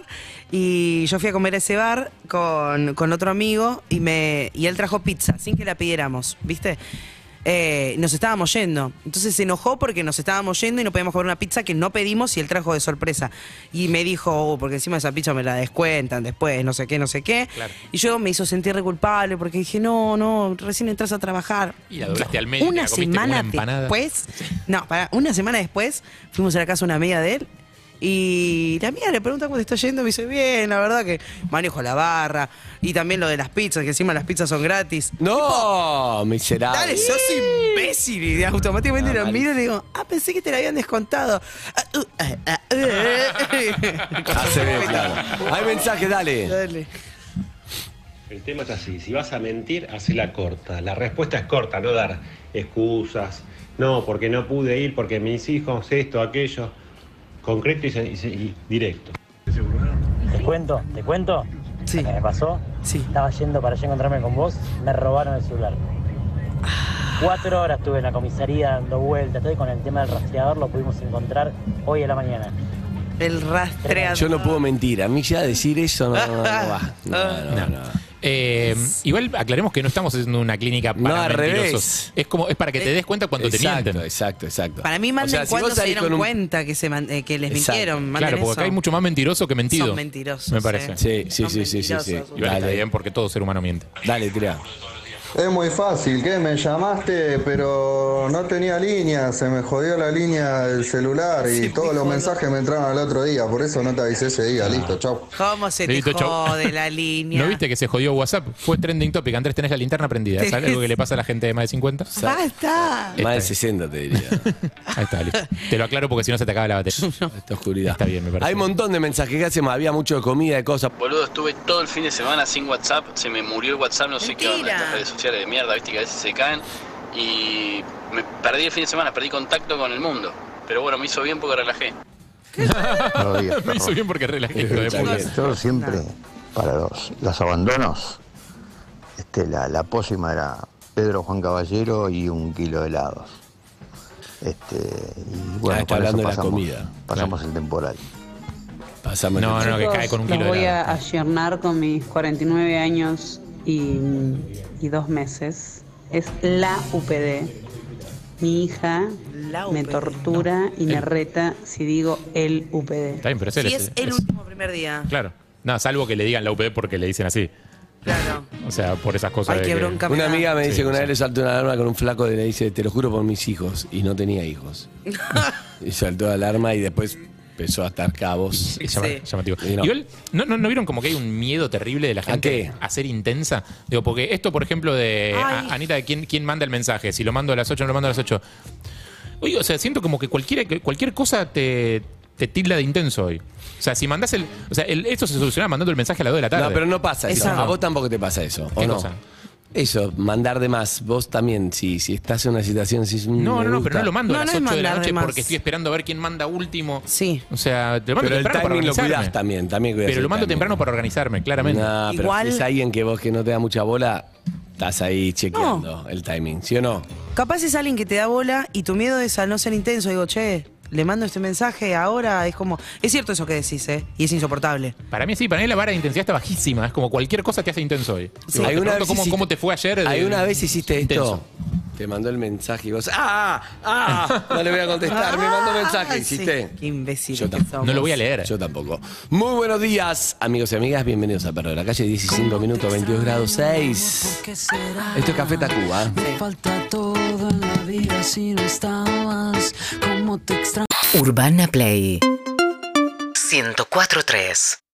y yo fui a comer a ese bar con, con otro amigo y me y él trajo pizza sin que la pidiéramos, ¿viste? Eh, nos estábamos yendo. Entonces se enojó porque nos estábamos yendo y no podíamos comer una pizza que no pedimos y él trajo de sorpresa. Y me dijo, oh, porque encima esa pizza me la descuentan después, no sé qué, no sé qué. Claro. Y yo me hizo sentir re culpable porque dije, no, no, recién entras a trabajar. Y la doblaste al medio y te Una la comiste semana con una empanada. después, no, para, una semana después fuimos a la casa de una amiga de él y la amiga le pregunta cómo te está yendo, me dice, bien, la verdad que manejo la barra y también lo de las pizzas, que encima las pizzas son gratis. No, miserable. Dale, sos imbécil. Y automáticamente Ah, lo mal. miro y le digo, ah, pensé que te la habían descontado. Ah, uh, ah, ah, uh. Hace bien, claro. Hay mensaje, dale. Dale. El tema es así, si vas a mentir, hacela corta. La respuesta es corta, no dar excusas. No, porque no pude ir, porque mis hijos, esto, aquello. Concreto y, se- y se- y directo. ¿Te cuento? ¿Te cuento? Sí. ¿Qué me pasó? Sí. Estaba yendo para allá a encontrarme con vos, me robaron el celular. Cuatro horas estuve en la comisaría dando vueltas, estoy con el tema del rastreador, lo pudimos encontrar hoy a la mañana. El rastreador. Yo no puedo mentir. A mí ya decir eso no, no, no va. No, no, no. Eh, igual aclaremos que no estamos haciendo una clínica para No, al mentirosos. revés. Es como es para que te des cuenta cuando te Exacto, mienten. exacto, exacto. Para mí O manden sea, si cuando vos se salís dieron con un- cuenta que, se man- eh, que les Exacto. mintieron. Manden Claro, porque eso. acá hay mucho más mentiroso que mentido. Son mentirosos. Me parece. eh. Sí, sí, Son sí, sí, sí, sí. mentirosos. Igual está Dale, bien porque todo ser humano miente. dale, tira. Es muy fácil, ¿qué? Me llamaste, pero no tenía línea, se me jodió la línea del celular y todos los mensajes me entraron al otro día, por eso no te avisé ese día, listo, chau. ¿Cómo se te Listo, chau. jode la línea? ¿No viste que se jodió WhatsApp? Fue trending topic. Andrés, tenés la linterna prendida. ¿Es algo que le pasa a la gente de más de cincuenta? ¡Basta! Más de sesenta te diría. Ahí está, listo. Te lo aclaro porque si no se te acaba la batería. Esta oscuridad. Está bien, me parece. Hay un montón de mensajes que hacemos, había mucho de comida, de cosas. Boludo, estuve todo el fin de semana sin WhatsApp, se me murió el WhatsApp, no sé qué onda, estas redes sociales de mierda, viste que a veces se caen y me perdí el fin de semana, perdí contacto con el mundo. Pero bueno, me hizo bien porque relajé. Buenos días, Me hizo bien porque relajé. hijo de puta. Yo siempre, para los, los abandonos, este, la, la pócima era Pedro Juan Caballero y un kilo de helados. Este, y bueno, Ah, está con eso hablando de la pasamos, comida. pasamos el temporal. Pasamos No, el- no, que cae con un Los kilo voy de a helado. ayornar con mis cuarenta y nueve años y, y dos meses. Es la U P D. Mi hija La U P D, me tortura y me el- reta si digo el U P D. Está bien, pero es él. Si es el último primer día. Claro. No, salvo que le digan la U P D porque le dicen así. Claro. O sea, por esas cosas. Ay, de qué que- bronca me Una da. amiga me dice Sí, que una sí. vez le saltó una alarma con un flaco y le dice, te lo juro por mis hijos. Y no tenía hijos. Y saltó la alarma y después empezó a estar cabos. Sí, llama- llamativo. Y no. Igual, ¿no, no, ¿no vieron como que hay un miedo terrible de la gente qué? a ser intensa? Digo, porque esto, por ejemplo, de Ay. a- Anita, ¿quién, ¿quién manda el mensaje? Si lo mando a las ocho, no lo mando a las ocho. Oye, o sea, siento como que cualquiera, que cualquier cosa te, te tilda de intenso hoy. O sea, si mandás el. O sea, el- esto se soluciona mandando el mensaje a las dos de la tarde. No, pero no pasa eso. Esa- A vos tampoco te pasa eso. ¿o ¿Qué no? cosa? Eso, mandar de más. Vos también, si, si estás en una situación, si es un. No, me no, no, gusta. pero no lo mando No, a las no es ocho de la mandar de noche más. porque estoy esperando a ver quién manda último. Sí. O sea, te lo mando Pero el temprano para timing lo organizarme. cuidás también. también cuidás Pero el lo mando timing. temprano para organizarme, claramente. No, pero Igual- si es alguien que vos que no te da mucha bola, estás ahí chequeando el timing, ¿sí o no? Capaz es alguien que te da bola y tu miedo es a no ser intenso. Digo, che, le mando este mensaje ahora. Es como. Es cierto eso que decís, ¿eh? Y es insoportable. Para mí sí, para mí la vara de intensidad está bajísima. Es como cualquier cosa te hace intenso hoy. Sí. Digo, te ¿Alguna pregunto vez cómo, hiciste- cómo te fue ayer? de- ¿Alguna vez hiciste intenso. esto? Te mandó el mensaje y vos, ¡ah! ¡ah! No le voy a contestar, me mandó mensaje. Ay, ¿Hiciste? sí. Qué imbécil Yo que tampoco. somos. No lo voy a leer. Yo tampoco. Muy buenos días, amigos y amigas. Bienvenidos a Perro de la Calle. dieciséis minutos, veintidós grados seis. Esto es Café Tacuba. Falta todo en la vida si no estabas. Como te extraño. Urbana Play ciento cuatro punto tres.